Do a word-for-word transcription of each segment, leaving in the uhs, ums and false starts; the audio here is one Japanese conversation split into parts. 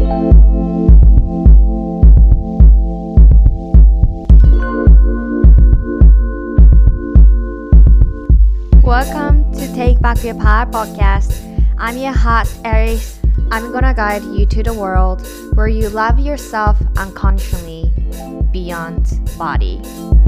Welcome to Take Back Your Power podcast. I'm your host, Aries. I'm gonna guide you to the world where you love yourself unconsciously beyond body.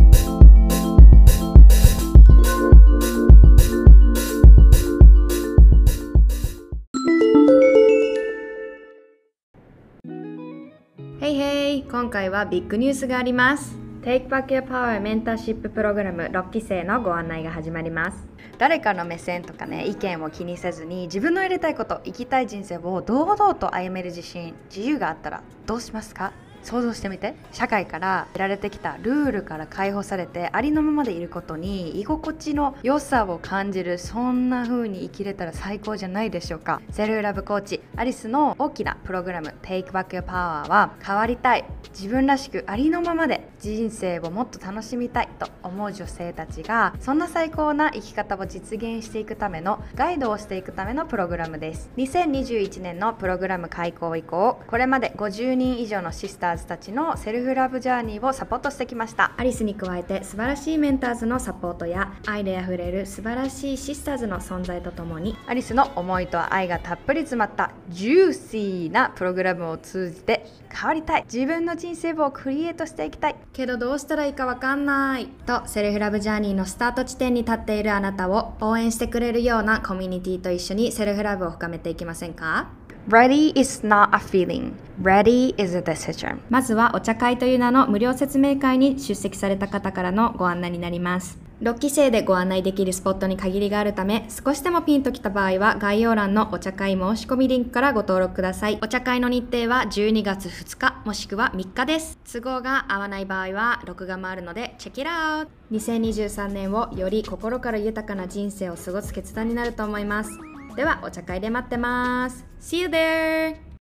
Hey hey! 今回はビッグニュースがあります。Take Back Your Power メンターシッププログラムろっき生のご案内が始まります。誰かの目線とかね、意見を気にせずに自分のやりたいこと、生きたい人生を堂々と歩める自信、自由があったらどうしますか？想像してみて。社会から得られてきたルールから解放されてありのままでいることに居心地の良さを感じる、そんな風に生きれたら最高じゃないでしょうか。セルフラブコーチアリスの大きなプログラム Take Back Your Power は、変わりたい、自分らしくありのままで人生をもっと楽しみたいと思う女性たちが、そんな最高な生き方を実現していくためのガイドをしていくためのプログラムです。にせんにじゅういちねんのプログラム開講以降、これまでごじゅうにん以上のシスターズたちのセルフラブジャーニーをサポートしてきました。アリスに加えて素晴らしいメンターズのサポートや愛であふれる素晴らしいシスターズの存在とともに、アリスの思いと愛がたっぷり詰まったジューシーなプログラムを通じて、変わりたい、自分の人生をクリエイトしていきたいけどどうしたらいいかわかんないと、セルフラブジャーニーのスタート地点に立っているあなたを応援してくれるようなコミュニティと一緒にセルフラブを深めていきませんか？ Ready is not a feeling. Ready is a decision. まずはお茶会という名の無料説明会に出席された方からのご案内になります。ろっき生でご案内できるスポットに限りがあるため、少しでもピンときた場合は概要欄のお茶会申し込みリンクからご登録ください。お茶会の日程はじゅうにがつふつかもしくはみっかです。都合が合わない場合は録画もあるのでチェックイットアウト。にせんにじゅうさんねんをより心から豊かな人生を過ごす決断になると思います。ではお茶会で待ってます。 See you there!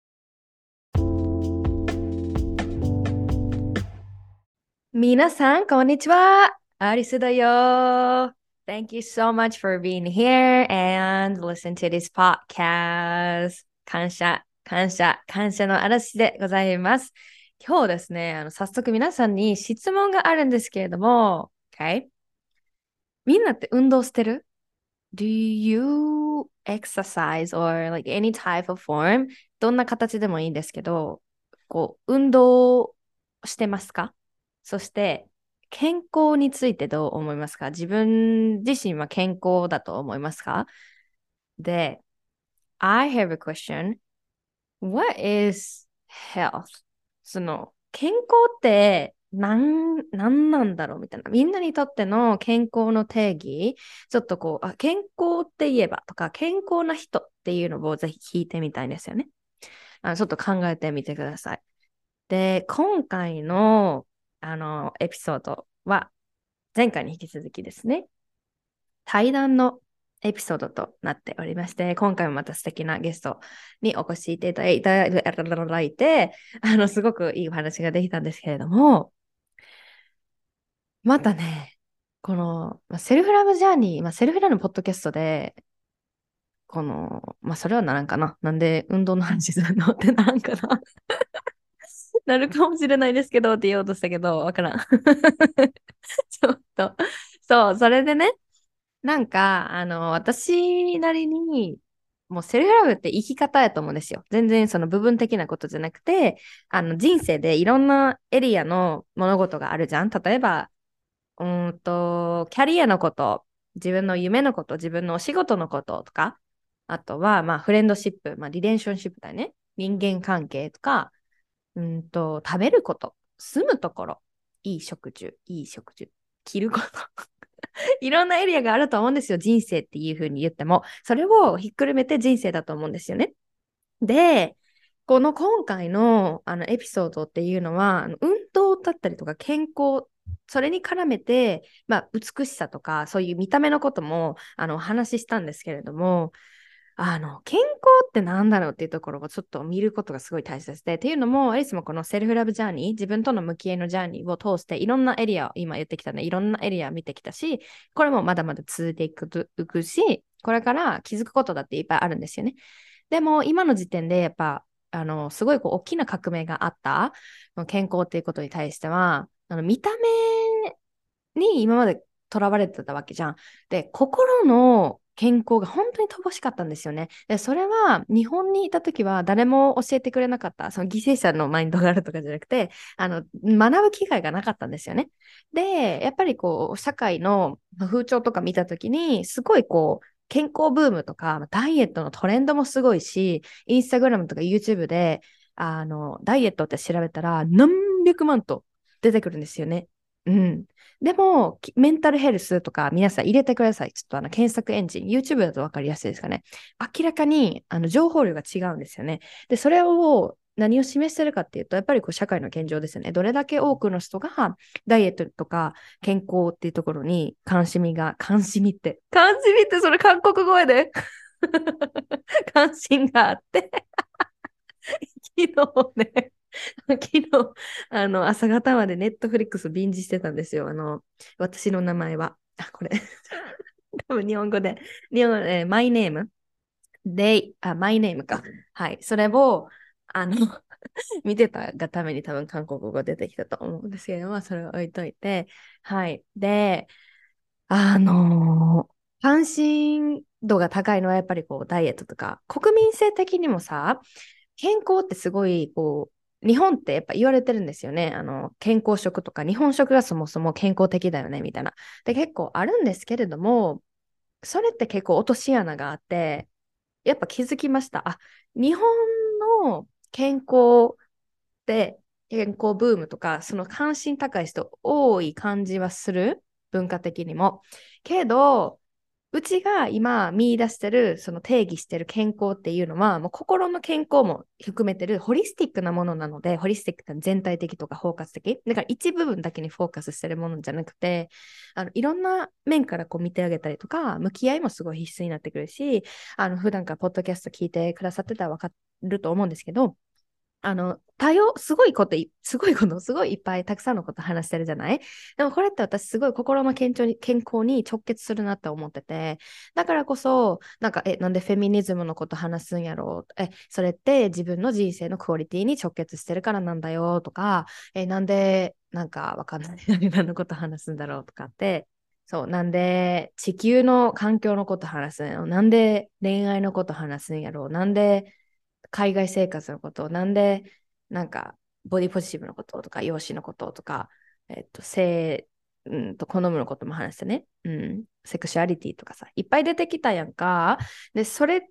皆さんこんにちは、アリスだよ。 Thank you so much for being here and listen to this podcast. 感謝感謝感謝の嵐でございます。今日ですね、あの早速皆さんに質問があるんですけれども、 OK? みんなって運動してる？ Do you exercise or like any type of form? どんな形でもいいんですけど、こう運動してますか？そして健康についてどう思いますか？自分自身は健康だと思いますか？で、I have a question. What is health? その健康って何、何なんだろうみたいな。みんなにとっての健康の定義、ちょっとこう、あ、健康って言えばとか、健康な人っていうのをぜひ聞いてみたいんですよね。あのちょっと考えてみてください。で、今回のあのエピソードは前回に引き続きですね、対談のエピソードとなっておりまして、今回もまた素敵なゲストにお越しいただいて、あのすごくいいお話ができたんですけれども、またね、このまあセルフラブジャーニー、まあ、セルフラブのポッドキャストで、この、まあそれはならんかな。なんで運動の話するのってならんかな。なるかもしれないですけどって言おうとしたけど、わからん。ちょっと。そう、それでね、なんか、あの、私なりに、もうセルフラブって生き方やと思うんですよ。全然その部分的なことじゃなくて、あの人生でいろんなエリアの物事があるじゃん。例えば、うーんと、キャリアのこと、自分の夢のこと、自分のお仕事のこととか、あとは、まあ、フレンドシップ、まあ、リレーションシップだよね。人間関係とか、うんと、食べること、住むところ、いい食事、いい食事、着ること。いろんなエリアがあると思うんですよ。人生っていう風に言っても。それをひっくるめて人生だと思うんですよね。で、この今回のあのエピソードっていうのは、運動だったりとか健康、それに絡めて、まあ、美しさとか、そういう見た目のこともあのお話ししたんですけれども、あの健康ってなんだろうっていうところをちょっと見ることがすごい大切で、っていうのもアリスもこのセルフラブジャーニー、自分との向き合いのジャーニーを通していろんなエリアを今言ってきたね、いろんなエリアを見てきたし、これもまだまだ続いていく、いくし、これから気づくことだっていっぱいあるんですよね。でも今の時点でやっぱあの、すごいこう大きな革命があった、健康っていうことに対しては、あの見た目に今までとらわれてたわけじゃん。で、心の健康が本当に乏しかったんですよね。で、それは日本にいた時は誰も教えてくれなかった。その犠牲者のマインドがあるとかじゃなくて、あの、学ぶ機会がなかったんですよね。で、やっぱりこう、社会の風潮とか見た時に、すごいこう、健康ブームとか、ダイエットのトレンドもすごいし、インスタグラムとか YouTube で、あの、ダイエットって調べたら、何百万と出てくるんですよね。うん。でも、メンタルヘルスとか皆さん入れてください。ちょっとあの検索エンジン、YouTube だと分かりやすいですかね。明らかにあの情報量が違うんですよね。で、それを何を示してるかっていうと、やっぱりこう社会の現状ですよね。どれだけ多くの人がダイエットとか健康っていうところに関心が、関心って、関心ってそれ韓国語やで関心があって昨日ね、昨日、あの、朝方までネットフリックスビンジしてたんですよ。あの、私の名前は。あ、これ。多分日本語で。日本語で、マイネームで、あ、マイネームか。はい。それを、あの、見てたがために多分韓国語出てきたと思うんですけれども、それを置いといて。はい。で、あのー関心度が高いのはやっぱりこうダイエットとか、国民性的にもさ、健康ってすごいこう、日本ってやっぱ言われてるんですよね。あの、健康食とか、日本食がそもそも健康的だよね、みたいな。で、結構あるんですけれども、それって結構落とし穴があって、やっぱ気づきました。あ、日本の健康って健康ブームとか、その関心高い人多い感じはする。文化的にも。けど、うちが今見出してる、その定義してる健康っていうのは、もう心の健康も含めてるホリスティックなものなので、ホリスティックって全体的とか包括的。だから一部分だけにフォーカスしてるものじゃなくて、あのいろんな面からこう見てあげたりとか、向き合いもすごい必須になってくるし、あの普段からポッドキャスト聞いてくださってたら分かると思うんですけど、あの、多様、すごいことい、すごいこと、すごいいっぱいたくさんのこと話してるじゃない。でもこれって私すごい心の健康に、健康に直結するなって思ってて、だからこそ、なんか、え、なんでフェミニズムのこと話すんやろう。え、それって自分の人生のクオリティに直結してるからなんだよとか、え、なんで、なんかわかんない。何のこと話すんだろうとかって、そう、なんで地球の環境のこと話すんやろ。なんで恋愛のこと話すんやろう。なんで海外生活のことを、なんで、なんか、ボディポジティブのこととか、容姿のこととか、えっと、性、うんと、好むのことも話してね。うん。セクシュアリティとかさ、いっぱい出てきたやんか。で、それって、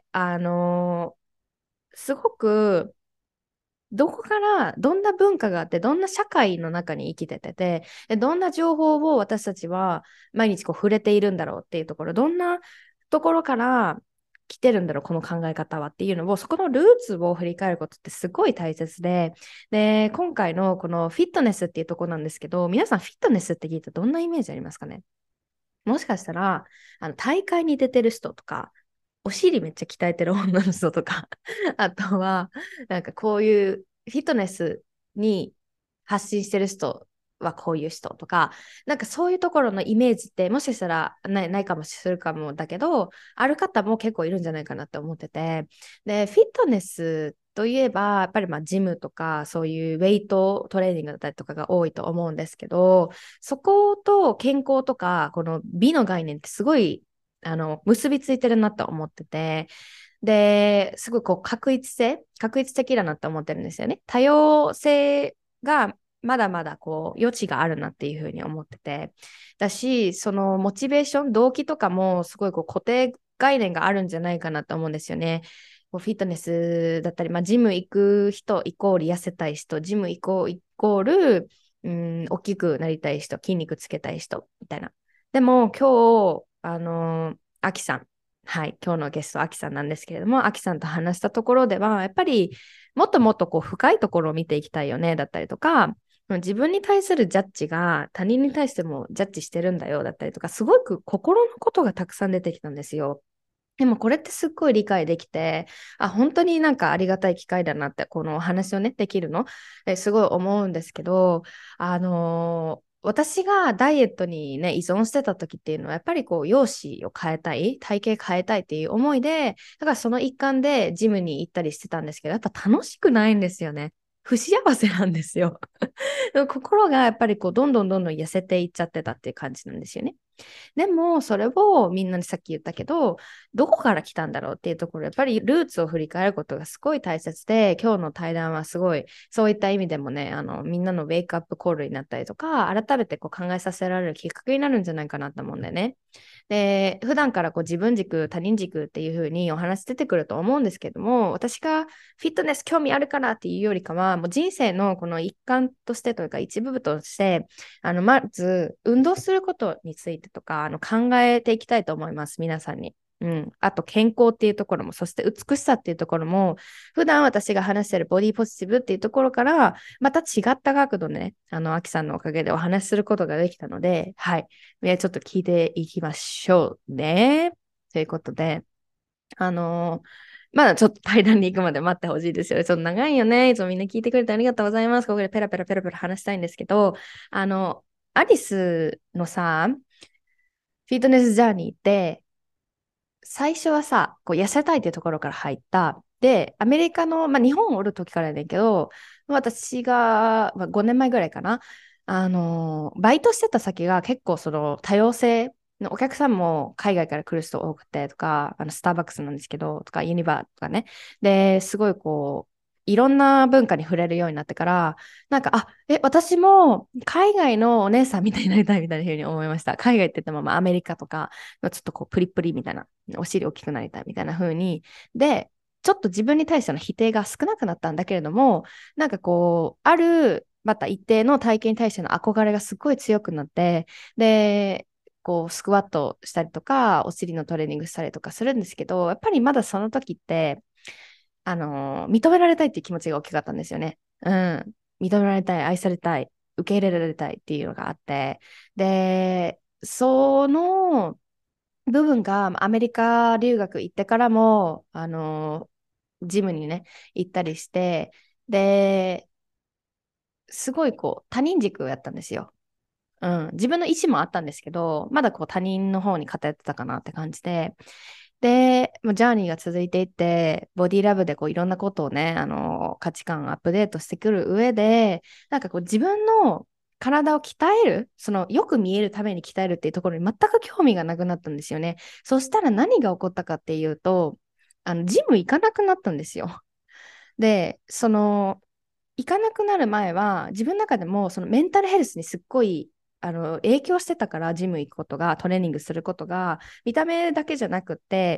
あのーすごく、どこからどんな文化があってどんな社会の中に生きてててでどんな情報を私たちは毎日こう触れているんだろうっていうところどんなところから来てるんだろうこの考え方はっていうのをそこのルーツを振り返ることってすごい大切でで今回のこのフィットネスっていうところなんですけど皆さんフィットネスって聞いてどんなイメージありますかね。もしかしたらあの大会に出てる人とかお尻めっちゃ鍛えてる女の人とかあとは、なんかこういうフィットネスに発信してる人はこういう人とか、なんかそういうところのイメージってもしかしたらない、ないかもしれないかもだけど、ある方も結構いるんじゃないかなって思ってて、で、フィットネスといえば、やっぱりまあジムとかそういうウェイトトレーニングだったりとかが多いと思うんですけど、そこと健康とか、この美の概念ってすごいあの結びついてるなと思ってて、で、すごいこう確一性、確一的だなって思ってるんですよね。多様性がまだまだこう余地があるなっていうふうに思ってて。だし、そのモチベーション、動機とかもすごいこう固定概念があるんじゃないかなと思うんですよね。こうフィットネスだったり、まあ、ジム行く人イコール痩せたい人、ジム行こうイコール、うん、大きくなりたい人、筋肉つけたい人みたいな。でも今日、あのー、アキさん、はい、今日のゲスト、アキさんなんですけれども、アキさんと話したところでは、やっぱりもっともっとこう深いところを見ていきたいよね、だったりとか、自分に対するジャッジが他人に対してもジャッジしてるんだよ、だったりとか、すごく心のことがたくさん出てきたんですよ。でもこれってすっごい理解できて、あ、本当になんかありがたい機会だなって、このお話をね、できるの、えすごい思うんですけど、あの私がダイエットにね、依存してた時っていうのは、やっぱりこう、容姿を変えたい、体型変えたいっていう思いで、だからその一環でジムに行ったりしてたんですけど、やっぱ楽しくないんですよね。不幸せなんですよ。心がやっぱりこう、どんどんどんどん痩せていっちゃってたっていう感じなんですよね。でも、それをみんなにさっき言ったけど、どこから来たんだろうっていうところ、やっぱりルーツを振り返ることがすごい大切で、今日の対談はすごい、そういった意味でもね、あの、みんなのウェイクアップコールになったりとか、改めてこう考えさせられるきっかけになるんじゃないかなと思うんだよね。で、普段からこう自分軸、他人軸っていう風にお話出てくると思うんですけども、私がフィットネス興味あるからっていうよりかは、もう人生のこの一環としてというか一部分として、あの、まず運動することについてとか、あの、考えていきたいと思います、皆さんに。うん、あと健康っていうところも、そして美しさっていうところも、普段私が話しているボディポジティブっていうところから、また違った角度でね、あの、アキさんのおかげでお話しすることができたので、はい。ちょっと聞いていきましょうね。ということで、あのーまだちょっと対談に行くまで待ってほしいですよね。ちょっと長いよね。いつもみんな聞いてくれてありがとうございます。ここでペラペラペラペラ話したいんですけど、あの、アリスのさ、フィットネスジャーニーって、最初はさ、こう痩せたいっていうところから入った。で、アメリカの、まあ、日本をおる時からやねんけど、私が、まあ、ごねんまえぐらいかな、あのーバイトしてた先が結構その多様性のお客さんも海外から来る人多くてとか、あのスターバックスなんですけど、とかユニバーとかね。で、すごいこう、いろんな文化に触れるようになってから、なんか、あ、え、私も海外のお姉さんみたいになりたいみたいなふうに思いました。海外って言っても、まあ、アメリカとか、ちょっとこう、プリプリみたいな、お尻大きくなりたいみたいな風に。で、ちょっと自分に対しての否定が少なくなったんだけれども、なんかこう、ある、また一定の体型に対しての憧れがすごい強くなって、で、こう、スクワットしたりとか、お尻のトレーニングしたりとかするんですけど、やっぱりまだその時って、あのー認められたいっていう気持ちが大きかったんですよね。うん。認められたい、愛されたい、受け入れられたいっていうのがあって、で、その、部分がアメリカ留学行ってからも、あのジムにね、行ったりして、で、すごいこう、他人軸をやったんですよ。うん。自分の意思もあったんですけど、まだこう他人の方に偏ってたかなって感じで、で、もうジャーニーが続いていって、ボディラブでこういろんなことをね、あの価値観アップデートしてくる上で、なんかこう自分の体を鍛える、そのよく見えるために鍛えるっていうところに全く興味がなくなったんですよね。そしたら何が起こったかっていうと、あのジム行かなくなったんですよ。で、その行かなくなる前は、自分の中でもそのメンタルヘルスにすっごいあの影響してたから、ジム行くことが、トレーニングすることが、見た目だけじゃなくって、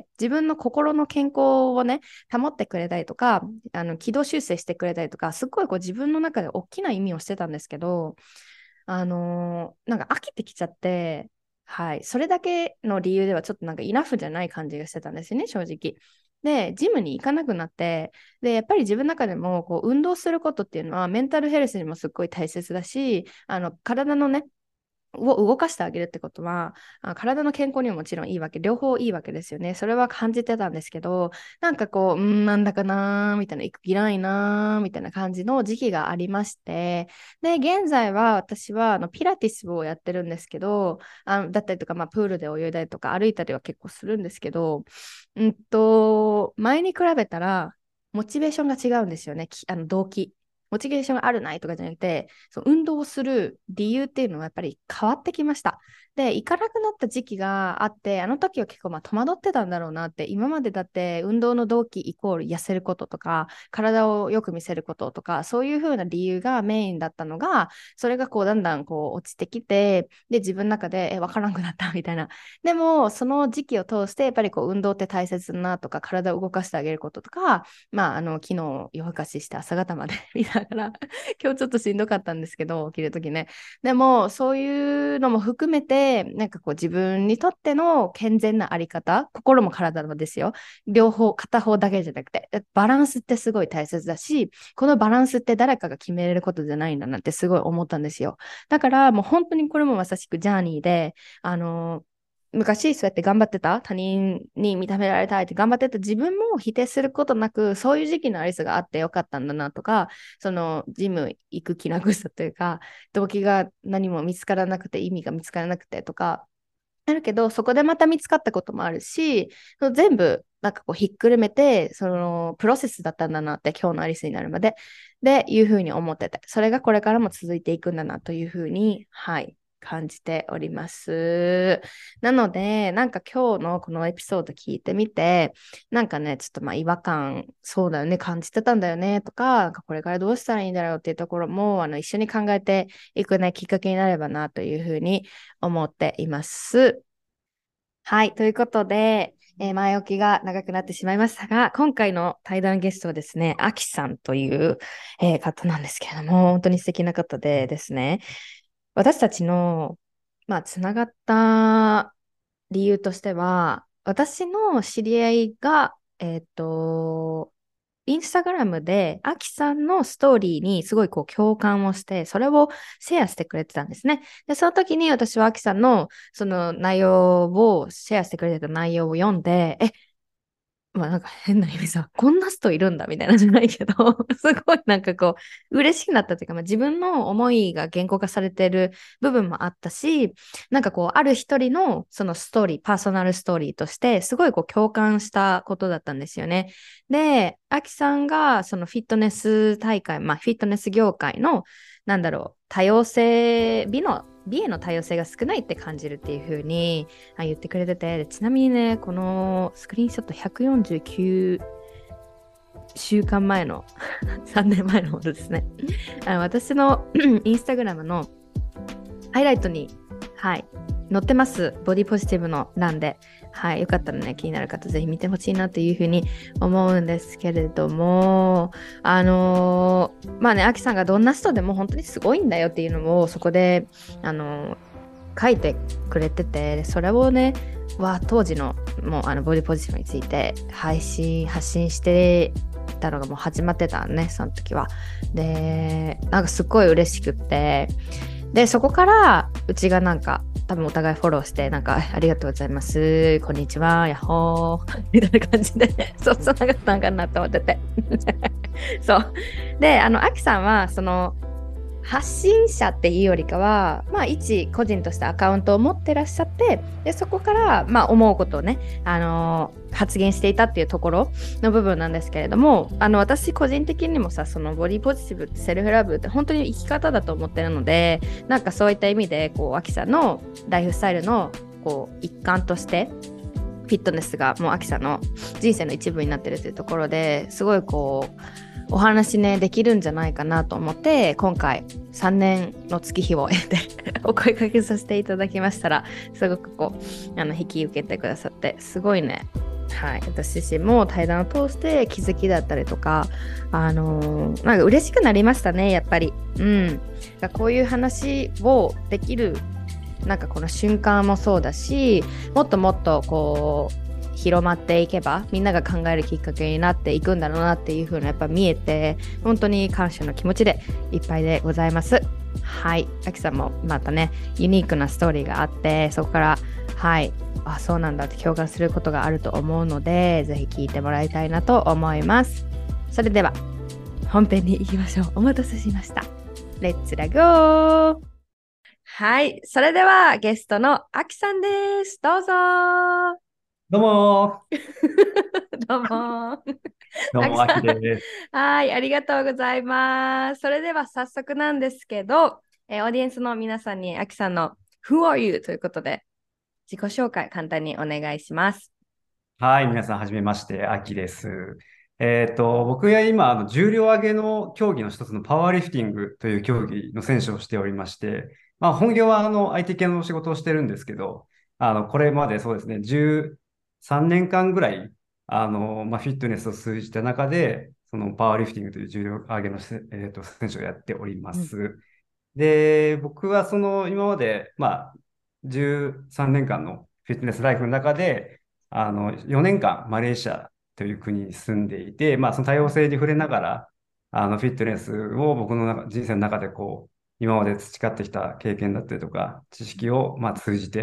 自分の心の健康をね、保ってくれたりとか、あの軌道修正してくれたりとか、すっごいこう自分の中で大きな意味をしてたんですけど、あのーなんか飽きてきちゃって、はい、それだけの理由ではちょっとなんかイナフじゃない感じがしてたんですよね、正直。で、ジムに行かなくなって、で、やっぱり自分の中でもこう運動することっていうのはメンタルヘルスにもすっごい大切だし、あの体のね、を動かしてあげるってことは、あ体の健康にももちろんいいわけ、両方いいわけですよね。それは感じてたんですけど、なんかこう、うん、なんだかなーみたいな、行く気ないなーみたいな感じの時期がありまして、で、現在は私はあのピラティスをやってるんですけど、あのだったりとか、まあ、プールで泳いだりとか歩いたりは結構するんですけど、うんと、前に比べたら、モチベーションが違うんですよね、きあの動機。モチベーションがあるないとかじゃなくて、そう運動をする理由っていうのはやっぱり変わってきました。で、行かなくなった時期があって、あの時は結構まあ戸惑ってたんだろうなって、今までだって運動の動機イコール痩せることとか、体をよく見せることとか、そういう風な理由がメインだったのが、それがこうだんだんこう落ちてきて、で、自分の中で、え、わからなくなったみたいな。でも、その時期を通して、やっぱりこう運動って大切だなとか、体を動かしてあげることとか、まあ、あの、昨日夜更かしして朝方まで見ながら今日ちょっとしんどかったんですけど、起きるときね。でも、そういうのも含めて、なんかこう自分にとっての健全なあり方、心も体もですよ。両方、片方だけじゃなくて、バランスってすごい大切だし、このバランスって誰かが決めれることじゃないんだなってすごい思ったんですよ。だからもう本当にこれもまさしくジャーニーで、あの昔そうやって頑張ってた、他人に認められたいって頑張ってた自分も否定することなく、そういう時期のアリスがあってよかったんだなとか、そのジム行く気なくさというか、動機が何も見つからなくて、意味が見つからなくてとか、あるけど、そこでまた見つかったこともあるし、全部なんかこうひっくるめて、そのプロセスだったんだなって、今日のアリスになるまで、で、いうふうに思ってて、それがこれからも続いていくんだなというふうに、はい、感じております。なので、なんか今日のこのエピソード聞いてみて、なんかね、ちょっとまあ違和感、そうだよね、感じてたんだよねとか、なんかこれからどうしたらいいんだろうっていうところも、あの一緒に考えていくね、きっかけになればなというふうに思っています。はい、ということで、えー前置きが長くなってしまいましたが、今回の対談ゲストはですね、アキさんという、えー方なんですけれども、本当に素敵な方でですね、私たちの、まあ、つながった理由としては、私の知り合いが、えっと、インスタグラムで、アキさんのストーリーにすごいこう共感をして、それをシェアしてくれてたんですね。で、その時に私はアキさんのその内容を、シェアしてくれてた内容を読んで、え、まあなんか変な意味さ、こんな人いるんだみたいなじゃないけど、すごいなんかこう、嬉しくなったというか、まあ、自分の思いが言語化されてる部分もあったし、なんかこう、ある一人のそのストーリー、パーソナルストーリーとして、すごいこう共感したことだったんですよね。で、アキさんがそのフィットネス大会、まあフィットネス業界の、なんだろう、多様性、美の、美への多様性が少ないって感じるっていう風にあ言ってくれてて、ちなみにね、このスクリーンショットひゃくよんじゅうきゅうしゅうかんまえのさんねんまえのものですね。あの私のインスタグラムのハイライトに、はい、載ってます。ボディポジティブの欄で。はい、よかったらね、気になる方、ぜひ見てほしいなというふうに思うんですけれども、あのーまあね、アキさんがどんな人でも本当にすごいんだよっていうのを、そこで、あのー書いてくれてて、それをね、は当時のもうあのボディポジションについて配信、発信してたのがもう始まってたね、その時は。で、なんかすっごい嬉しくって、で、そこからうちがなんか多分お互いフォローして、なんかありがとうございます、こんにちは、やっほー、みたいな感じで、そうつながったんかなと思ってて。そう。で、あの、アキさんは、その、発信者っていうよりかは、まあ、一個人としてアカウントを持ってらっしゃって、でそこから、まあ、思うことをね、あのー発言していたっていうところの部分なんですけれども、あの私個人的にもさ、そのボディポジティブ、セルフラブって本当に生き方だと思ってるので、なんかそういった意味でこうアキさんのライフスタイルのこう一環としてフィットネスがもうアキさんの人生の一部になってるというところですごいこうお話ねできるんじゃないかなと思って、今回さんねんの月日を得てお声かけさせていただきましたら、すごくこうあの引き受けてくださって、すごいね、はい、私自身も対談を通して気づきだったりとか、あのーなんか嬉しくなりましたね、やっぱり。うん、こういう話をできるなんかこの瞬間もそうだし、もっともっとこう広まっていけばみんなが考えるきっかけになっていくんだろうなっていう風なやっぱ見えて、本当に感謝の気持ちでいっぱいでございます。はい、あきさんもまたねユニークなストーリーがあって、そこからはいあそうなんだって共感することがあると思うので、ぜひ聞いてもらいたいなと思います。それでは本編に行きましょう。お待たせしました。レッツラゴー。はい、それではゲストのあきさんです。どうぞー。 どうもどうもー。 ー。どうも、あきあきさん。 です。 はい、ありがとうございます。それでは早速なんですけど、えーオーディエンスの皆さんにあきさんの Who are you? ということで自己紹介簡単にお願いします。 はい、皆さん、はじめまして、あきです。えっと、僕が今、あの重量挙げの競技の一つのパワーリフティングという競技の選手をしておりまして、まあ、本業はあの アイティー 系の仕事をしてるんですけど、あの、これまでそうですね、じゅうさんねんかんぐらい、あの、まあ、フィットネスを通じた中で、そのパワーリフティングという重量挙げのせ、えっと、選手をやっておりまうん。 す。で、僕はその今まで、まあ、じゅうさんねんかんのフィットネスライフの中で、あの、よねんかんマレーシアという国に住んでいて、まあ、その多様性に触れながら、あの、フィットネスを僕の中人生の中でこう、今まで培ってきた経験だったりとか、知識を、まあ、通じて、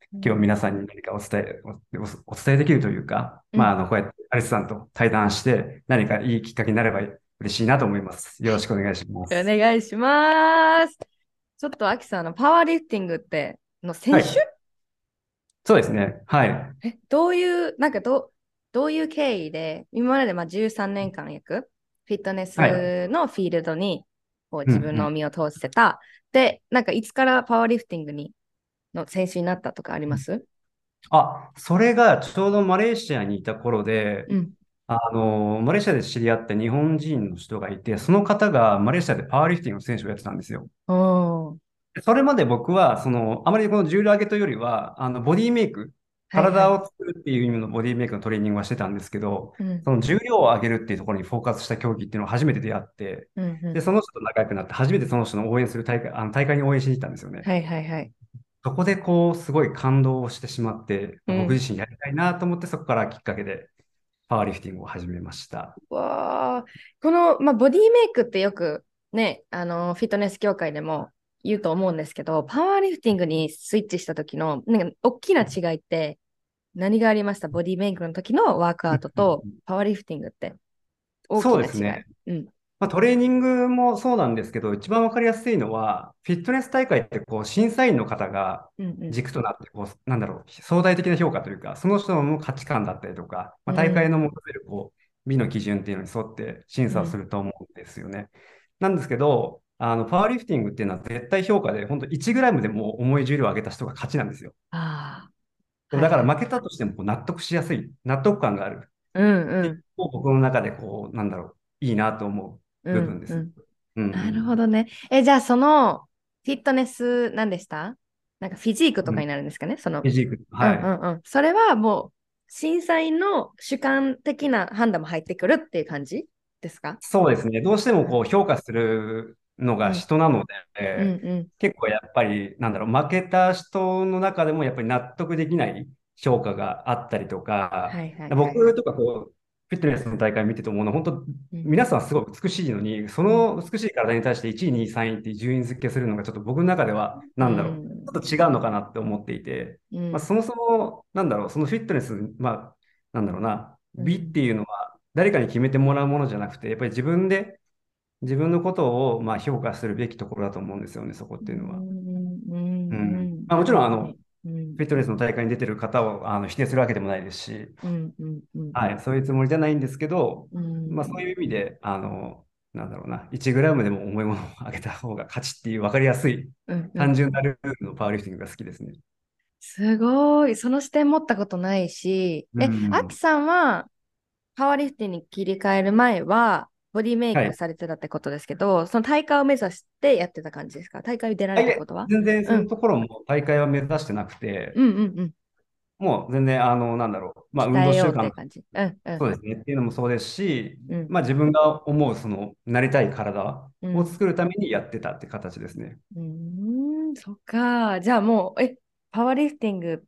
今日皆さんに何かお伝え、お、お伝えできるというか、 うん。 まあ、あの、こうやってアリスさんと対談して何かいいきっかけになれば嬉しいなと思います。よろしくお願いしまおす。 願いします。ちょっとアキさん、あのパワーリフティングっての選手はい。そうですね。はい。 え、どういう、なんかど、どういう経緯で、今までまあじゅうさんねんかん約、フィットネはい。 スのフィールドにこううん、 自分うん。 の身を通してた。で、なんかいつからパワーリフティングにの選手になったとかあります？ あ、それがちょうどマレーシアにいた頃で、 うん。 あの、マレーシアで知り合った日本人の人がいて、その方がマレーシアでパワーリフティングの選手をやってたんですよ。 おー。 それまで僕は、その、あまりこの重量挙げというよりは、あの、ボディメイク、 はいはい。 体を作るっていう意味のボディメイクのトレーニングはしてたんですけど、 うん。 その重量を上げるっていうところにフォーカスした競技っていうのを初めて出会って、で、 うんうん。 その人と仲良くなって、初めてその人の応援する大会、あの大会に応援しに行ったんですよね。 はいはいはい。 そこでこう、すごい感動してしまって、 うん。 僕自身やりたいなと思って、そこからきっかけでパワーリフティングを始めました。 わあ、この、まあ、ボディメイクってよくね、あの、フィットネス協会でも言うと思うんですけど、パワーリフティングにスイッチした時の、なんか、大きな違いって何がありました？ボディメイクの時のワークアウトとパワーリフティングって大きな違い。 そうですね。 うん。 まあ、トレーニングもそうなんですけど、一番わかりやすいのは、フィットネス大会ってこう審査員の方がうんうん。 軸となって、こう、なんだろう、相対的な評価というか、その人の価値観だったりとか、まあ、大会のうん。 求めるこう美の基準っていうのに沿って審査をすうん。 ると思うんですよね。なんですけど、あの、パワーリフティングっていうのは絶対評価で、本当いちグラムでも重い重量を上げた人が勝ちなんですよ。 ああ、はいはい。 だから負けたとしてもこう納得しやすい、納得感があるうんっていううん。 のを僕の中でこう、なんだろう、いいなと思う部分ですね。 うんうん。 うんうなるほん。 どね。え、じゃあそのフィットネス何でした？なんかフィジークとかにうん。 なるんですかね、その。 フィジーク。 うんはい。 うんうん。それはもう審査員の主観的な判断も入ってくるっていう感じですか？ そうですね。どうしてもこううん評価するのがうん人なのうんで、 うん。 結構やっぱり、なんだろう、負けた人の中でもやっぱり納得できない評価があったりとか、 はいはいはいはい。 僕とかこう、フィットネスの大会見てて思うのは、本当、 うん皆さんすごい美しいのに、そうんの美しい体に対していちい、にい、さんいって順位付けするのがちょっと僕の中では、 うなんだろう、ちょっんと違うのかなって思っていて、まあ、 うんそもそも、なんだろう、そのフィットネス、まあ、なんだろうな、美ってうんいうのは誰かに決めてもらうものじゃなくて、やっぱり自分で自分のことをまあ評価するべきところだと思うんですよね、そこっうていうのは。 んうんううん。 ん。 まあ、もちろん、あの、 なるほどね。うんフィットネスの大会に出てる方をあの否定するわけでもないですし、 うんうんうんはい、そういうつもりじゃないんですけど、 うまあ、そうんいう意味で、あの、なんだろうな、いちグラムでも重いものを上げた方が勝ちっていう分かりやすい、 うんうん。 単純なルールのパワーリフティングが好きですね。 すごい。その視点持ったことないし、 うえ、アキん。 さんはパワーリフティングに切り替える前は、ボディメイはい。 クされてたってことですけど、その大会を目指してやってた感じですか？大会に出らあ、いえ、 れたことは？ 全然そうん。 のところも大会は目指してなくて、 うんうんうん。 もう全然、あの、なんだろう、まあ、運動鍛えようっていう習慣、 感じ。うんうんそうですね、っていうのもそうですし、 うん。 まあ、自分が思う、その、なりたい体うん。 を作るためにやってたって形ですね。 うーん、そっか。じゃあもう、え、パワーリフティングって、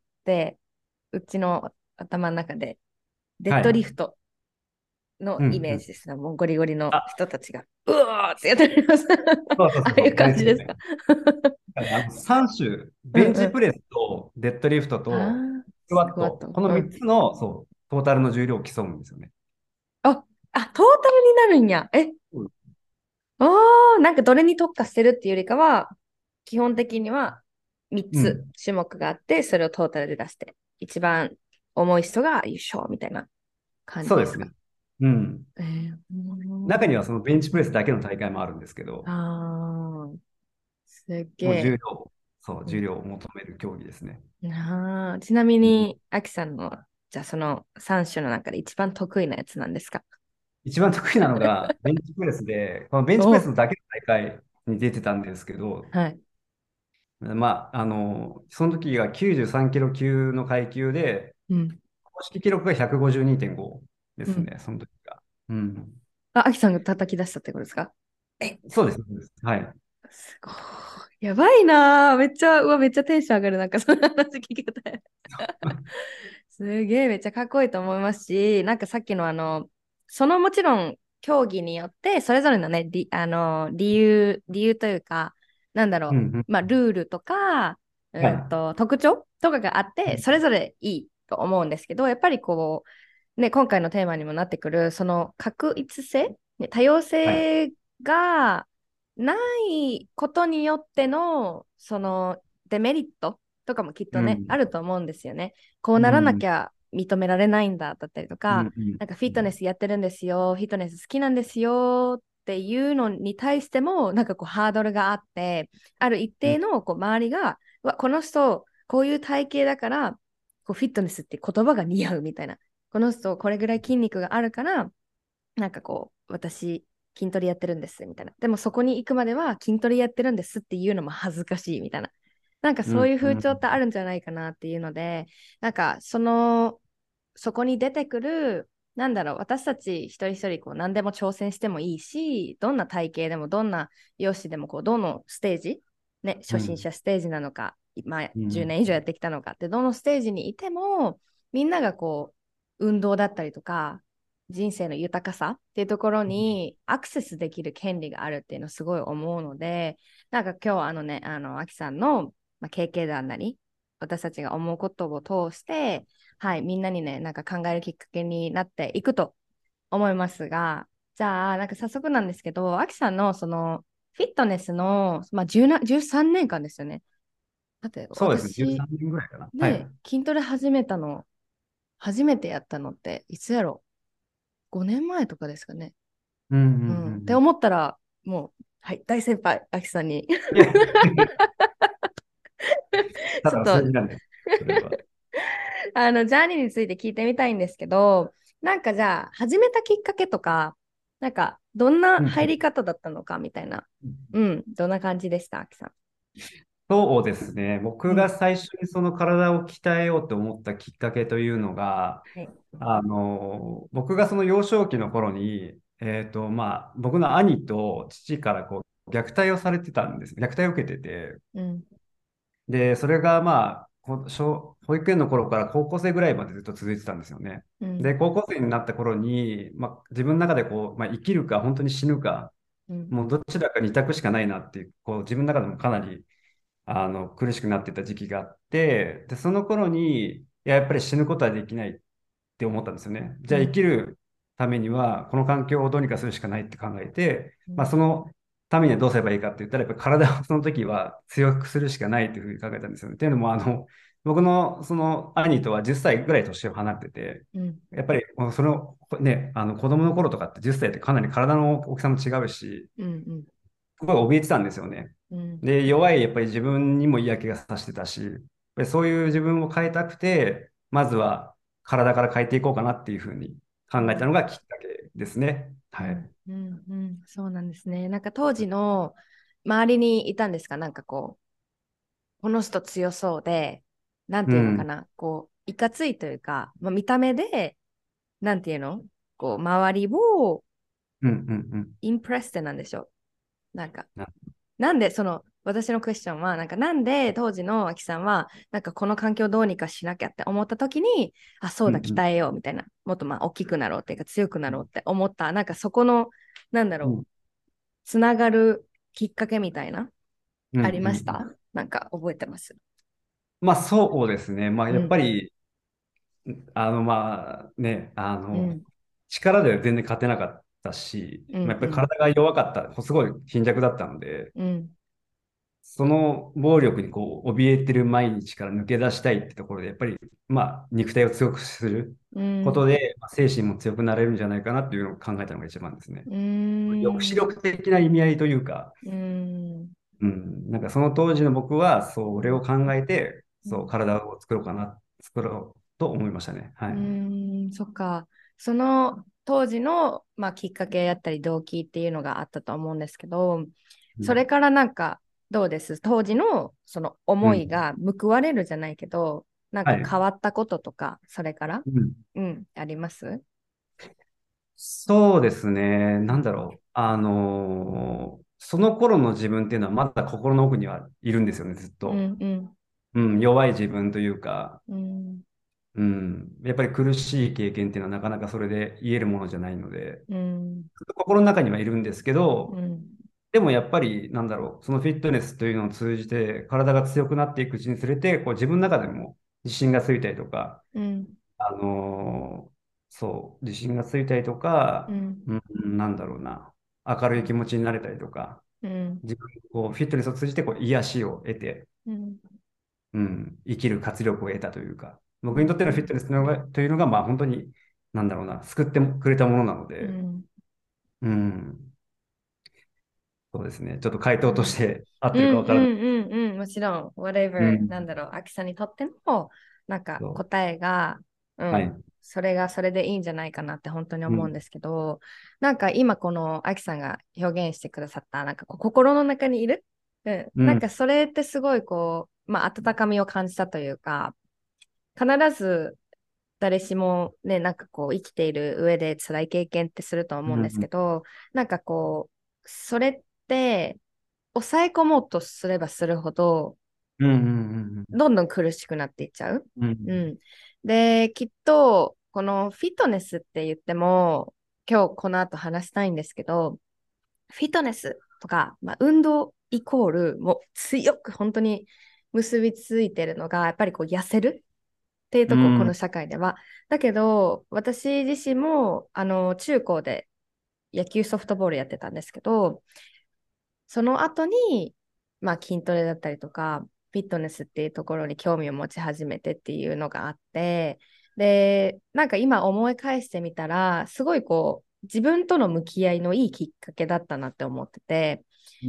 うちの頭の中で、デッはい。 ドリフトのイうんうん。 メージですね。もうゴリゴリのあ、 人たちが、うわーってやっております。 そうそうああいうそうそう、大好きですね。 感じですか？ あのさん種、ベンうんうん。 チプレスとデッドリフトあとあ、 スクワット、 スクワット。 この3 うん。 つの、そう、トータルの重量を競うんですよね。 あ、あ、トータルになるんや。え、 うん。 ああ、なんかどれに特化してるっていうよりかは、基本的には3つうん。 種目があって、それをトータルで出して、一番重い人が優勝みたいな感じそうですね。 ですか？ うん。 えー、う中にはーん。 そのベンチプレスだけの大会もあるんですけど、 ああ、すっげもう重え。 量、そう、 うん。 重量を求める競技ですね。 なあ、ちなみうん。 に、アキさんの、じゃあそのさん種の中で一番得意なやつなんですか？ 一番得意なのがベンチプレスで、このベンチプレお、 スだけの大会に出てたんですけど、 はい。 まあ、あの、その時がきゅうじゅうさんキロ級の階級で、 うん。 公式記録がひゃくごじゅうにてんごでうん。 すね、その時が。うん。 あ、アキさんが叩き出したってことですか？え、 そうです。そうです。はい。 すごい。やばいなぁ。めっちゃ、うわ、めっちゃテンション上がる。なんかその話聞けた。すげえ、めっちゃかっこいいと思いますし、なんかさっきのあの、そのもちろん競技によって、それぞれのね、り、あの、理由、理由というか、なんだろうんうん。 う、まあ、ルールとか、 うんはい。 と特徴とかがあって、それぞれいいと思うんですけど、やっぱりこう、ね、今回のテーマにもなってくる、その確一性、ね、多様はい。 性がないことによっての、そのデメリットとかもきっとね、あうん。 ると思うんですよね。こうならなうん。 きゃ認められないんだだったりとか、 うん。うん。 なんかフィットネスやってるんですよ、フィットネス好きなんですよっていうのに対しても、なんかこうハードルがあって、ある一うん。 定のこう周りが、うわ、この人、こういう体型だから、こうフィットネスって言葉が似合うみたいな。この人、これぐらい筋肉があるから、なんかこう、私、筋トレやってるんですみたいな。でもそこに行くまでは筋トレやってるんですっていうのも恥ずかしいみたいな。なんかうん。 そういう風うん。 潮ってあるんじゃないかなっていうので、なんかその、そこに出てくる、なんだろう、私たち一人一人こう何でも挑戦してもいいし、どんな体型でもどんな容姿でもこうどのステージ、ね、初心うん。 者ステージなのか、まあ、じゅううん。 ねん以上やってきたのかって、どのステージにいても、みんながこう、運動だったりとか、人生の豊かさっていうところにアクセスできる権利があるっていうのをすごい思うので、なんか今日あのね、あの、アキさんの、まあ、経験談なり、私たちが思うことを通して、はい、みんなにね、なんか考えるきっかけになっていくと思いますが、じゃあ、なんか早速なんですけど、アキさんのそのフィットネスの、まあ、じゅうなじゅうさんねんかんですよね。だってそうですね。 私、 じゅうさんねんぐらいかな。はね、 い。 筋トレ始めたの、初めてやったのっていつやろ？ ご 年前とかですかね。 うん。うん。 うん。ってうん。 思ったら、もう、はい、大先輩、アキさんにいや、ただの数ちょっと字なんです。それは。 あの、ジャーニーについて聞いてみたいんですけど、なんかじゃあ、始めたきっかけとか、なんか、どんなうん。 入り方だったのかみたいな。うん、どんな感じでした、アキさん。 そうですね。僕がうん。 最初にその体を鍛えようと思ったきっかけというのが、 はい。 あの、僕がその幼少期の頃に、えっと、まあ、僕の兄と父からこう、虐待をされてたんです。虐待を受けてて、 うん、 で、それがまあ、こ小保育園の頃から高校生ぐらいまでずっと続いてたんですよね。 うん、 で、高校生になった頃に、まあ、自分の中でこう、まあ、生きるか本当に死ぬか、 うん、 もうどちらか二択しかないなっていう、こう自分の中でもかなりあの苦しくなってた時期があって、で、その頃に、いや、やっぱり死ぬことはできないって思ったんですよね。じゃあ生うん、 きるためには、この環境をどうにかするしかないって考えて、まあ、 うん、 そのためにはどうすればいいかって言ったら、やっぱり体をその時は強くするしかないというふうに考えたんですよね。っていうのも、あの、僕のその兄とはじゅっさいぐらい年を離れてて、 うん、 やっぱりもうそのね、あの子供の頃とかってじゅっさいっさいってかなり体の大きさも違うし、 うん、 すごい怯えてたんですよね。 うん、 で、弱いやっぱり自分にも嫌気がさしてたし、やっぱりそういう自分を変えたくて、まずは体から変えていこうかなっていうふうに考えたのがきっかけですね。 うん、 はい。 うん、うん、そうなんですね。なんか当時の周りにいたんですか？なんかこう、この人強そうで、なんていうのかうん。 な、こう、いかついというか、まあ、見た目で、なんていうのこう、周りをうんうんうん。 インプレスってなんでしょう。なんか、 ななんで、その、私のクエスチョンは、なんか、なんで当時のアキさんは、なんか、この環境をどうにかしなきゃって思った時に、あ、そうだ、 うんうん鍛えようみたいな、もっとまあ、大きくなろうっていうか、強くなろうって思った、なんか、そこの、なんだろう、 うんつながるきっかけみたいな、 うんうありましん。 た？なんか、覚えてます。 まあそうですね。まあやっぱうん、 り、あのまあね、あの、 うん、 力では全然勝てなかったし、 うん、 まあ、やっぱりうん、 体が弱かった、すごい貧弱だったので、 うん、 その暴力にこう怯えてる毎日から抜け出したいってところで、やっぱり、まあ、肉体を強くするうん、 ことで、まあ、精神も強くなれるんじゃないかなっていうのを考えたのが一番ですね。 うー抑止ん、 力的な意味合いというか、 うーん、 うん、なんかその当時の僕は、それを考えて、そう、 うん、 体を作ろうかな、作ろうと思いましたね。はうい。 ーん、そっか。その当時の、まあ、きっかけやったり動機っていうのがあったと思うんですけど、 うん。 それからなんかどうです？当時のそのうん。 思いが報われるじゃないけど、なんかはい。 変わったこととか、それからうん。 うん、あります？ そうですね。 うん、 なんだろう。あのーその頃の自分っていうのはまだ心の奥にはいるんですよね、ずっと。 うん、うん、 うん、弱い自分というか、 うん、 うん、やっぱり苦しい経験っていうのはなかなかそれで言えるものじゃないので、 うん、 ずっと心の中にはいるんですけど、 うん、 でもやっぱり、なんだろう、そのフィットネスというのを通じて、体が強くなっていくうちにつれて、こう自分の中でも自信がついたりとか、 うん、 あのーそう、自信がついたりとか、 うん、 うん、なんだろうな、明るい気持ちになれたりとか、 うん、 自分、こう、フィットネスを通じて、こう、癒しを得て、 うん、 うん、生きる活力を得たというか、 うん、 僕にとってのフィットネスというのが、というのがまあ、本当に、なんだろうな、救ってくれたものなので、 うん、 うん、そうですね。ちょっと回答としうん、 て合ってるかうん、 わからない。 うん、うん、もちろん、 う whatever、なんん。 だろう、アキさんにとっての、なんかそ答えが、うう。はん、 い。 それがそれでいいんじゃないかなって本当にうん。 思うんですけど、なんか今このアキさんが表現してくださった、なんかこう心の中にいる、うん、 うん。 なんかそれってすごいこう、まあ温かみを感じたというか、必ず誰しもね、なんかこう生きている上で辛い経験ってすると思うんですけうん。 ど、なんかこう、それって抑え込もうとすればするほど、 うん。うん。 どんどん苦しくなっていっちゃう。 うん。 うん。で、きっと、このフィットネスって言っても、今日この後話したいんですけど、フィットネスとか、まあ、運動イコール、もう強く本当に結びついてるのが、やっぱりこう痩せるっていうとこ、このうん。 社会では。だけど、私自身も、あの、中高で野球ソフトボールやってたんですけど、その後に、まあ、筋トレだったりとか、フィットネスっていうところに興味を持ち始めてっていうのがあって、で、なんか今思い返してみたら、すごいこう、自分との向き合いのいいきっかけだったなって思ってて、 うん。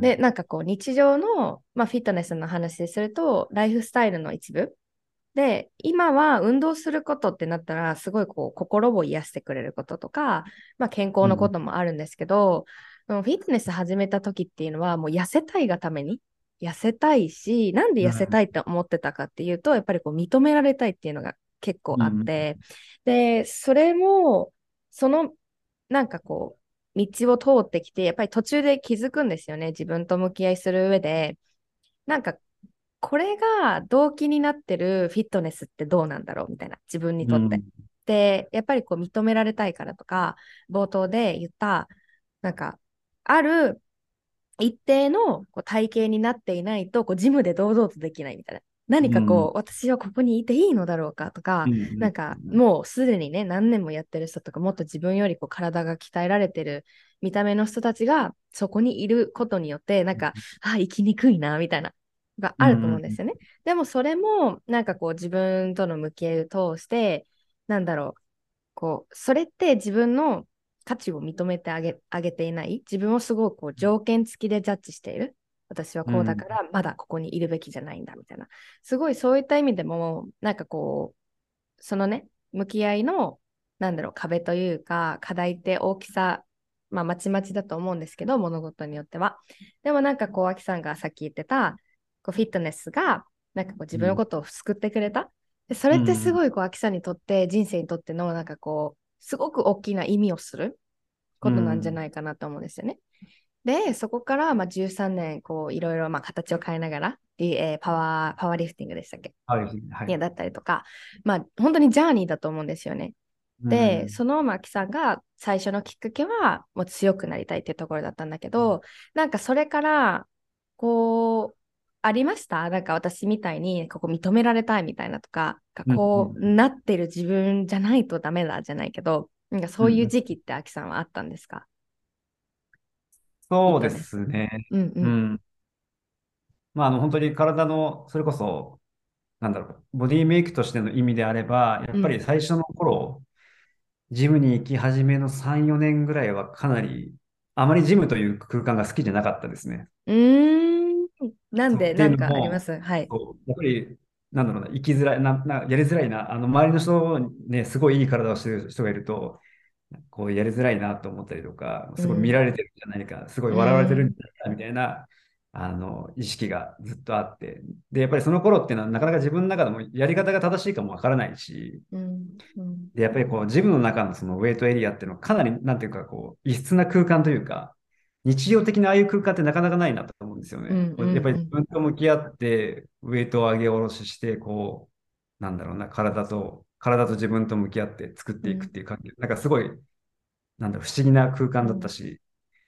で、なんかこう、日常の、まあ、フィットネスの話ですると、ライフスタイルの一部で、今は運動することってなったら、すごいこう、心を癒してくれることとか、まあ、健康のこうん。 ともあるんですけど、フィットネス始めた時っていうのは、もう痩せたいがために、痩せたいし、なんで痩せたいって思ってたかっていうと、やっぱりこう、認められたいっていうのが結構あっうん。 て、で、それも、その、なんかこう、道を通ってきて、やっぱり途中で気づくんですよね。自分と向き合いする上で。なんかこれが動機になってるフィットネスってどうなんだろうみたいな、自分にとって。 うん。 で、やっぱりこう認められたいからとか、冒頭で言った、なんか、ある一定のこう体型になっていないと、こうジムで堂々とできないみたいな。何かこう、私はここにいていいのだろうかとか、 うん。 なんかもうすでにね、何年もやってる人とか、もっと自分よりこう体が鍛えられてる見た目の人たちがそこにいることによって、なんか、あ、生きにくいな、みたいな、があると思うんうん。 ですよね。でもそれも、なんかこう自分との向き合いを通して、なんだろう、こう、それって自分の価値を認めてあげ、あげていない。自分をすごくこう条件付きでジャッジしている。私はこうだうん。 からまだここにいるべきじゃないんだみたいな。すごいそういった意味でも、なんかこう、そのね、向き合いの、なんだろう、壁というか、課題って大きさ、まあ、まちまちだと思うんですけど、物事によっては。でもなんかこう、アキさんがさっき言ってた、こうフィットネスが、なんかこう自分のことを救ってくれた。でそれってすうん。 ごいこう、アキさんにとって、人生にとっての、なんかこう、すごく大きな意味をするうことなんじゃん。 ないかなと思うんですよね。で、そこからまあじゅうさんねん、こう、いろいろまあ形を変えながら、リえーパワー、パワーリフティングでしたっけはい。はい。 いやだったりとか、まあ本当にジャーニーだと思うんですよね。で、 うん。 そのマキさんが最初のきっかけはもう強くなりたいっていうところだったんだけど、なんかそれから、こう、ありましたなんか私みたいにここ認められたいみたいなとか、 うん。うこうん。 なってる自分じゃないとダメだじゃないけど、なんかそういううん。 時期ってアキさんはあったんですか？フィッそうでトネス。 すね。 うんうん。 うん。まあ、あの、本当に体の、それこそ、なんだろう、ボディメイクとしての意味であれば、やっぱりうん。 最初の頃、ジムに行き始めのさん、よねんぐらいはかなり、あまりジムという空間が好きじゃなかったですね。 うーん。なんそうっていうでなんかありまのも、 すはい。 そうやっぱり、なんだろうな、生きづらい、な、な、やりづらいな、あの、周りの人にね、すごいいい体をしてる人がいると、こうやりづらいなと思ったりとか、すごい見うん。 られてるんじゃないか、すごいう笑われてるんじん。 ゃないかみたいな、あの、意識がずっとあって、で、やっぱりその頃っていうのはなかなか自分の中でもやり方が正しいかもわからないし、 うん。うん。 で、やっぱりこう、ジムの中のそのウェイトエリアっていうのはかなり、なんていうか、こう、異質な空間というか、日常的なああいう空間ってなかなかないなと思うんですよね。 うん。うん。 こうやっぱり自うん。 分と向き合って、ウェイトを上げ下ろしして、こう、なんだろうな、体と、体と自分と向き合って作っていくっうん。 ていう感じ。なんかすごい、なんだろう、不思議な空間だったうん。 し、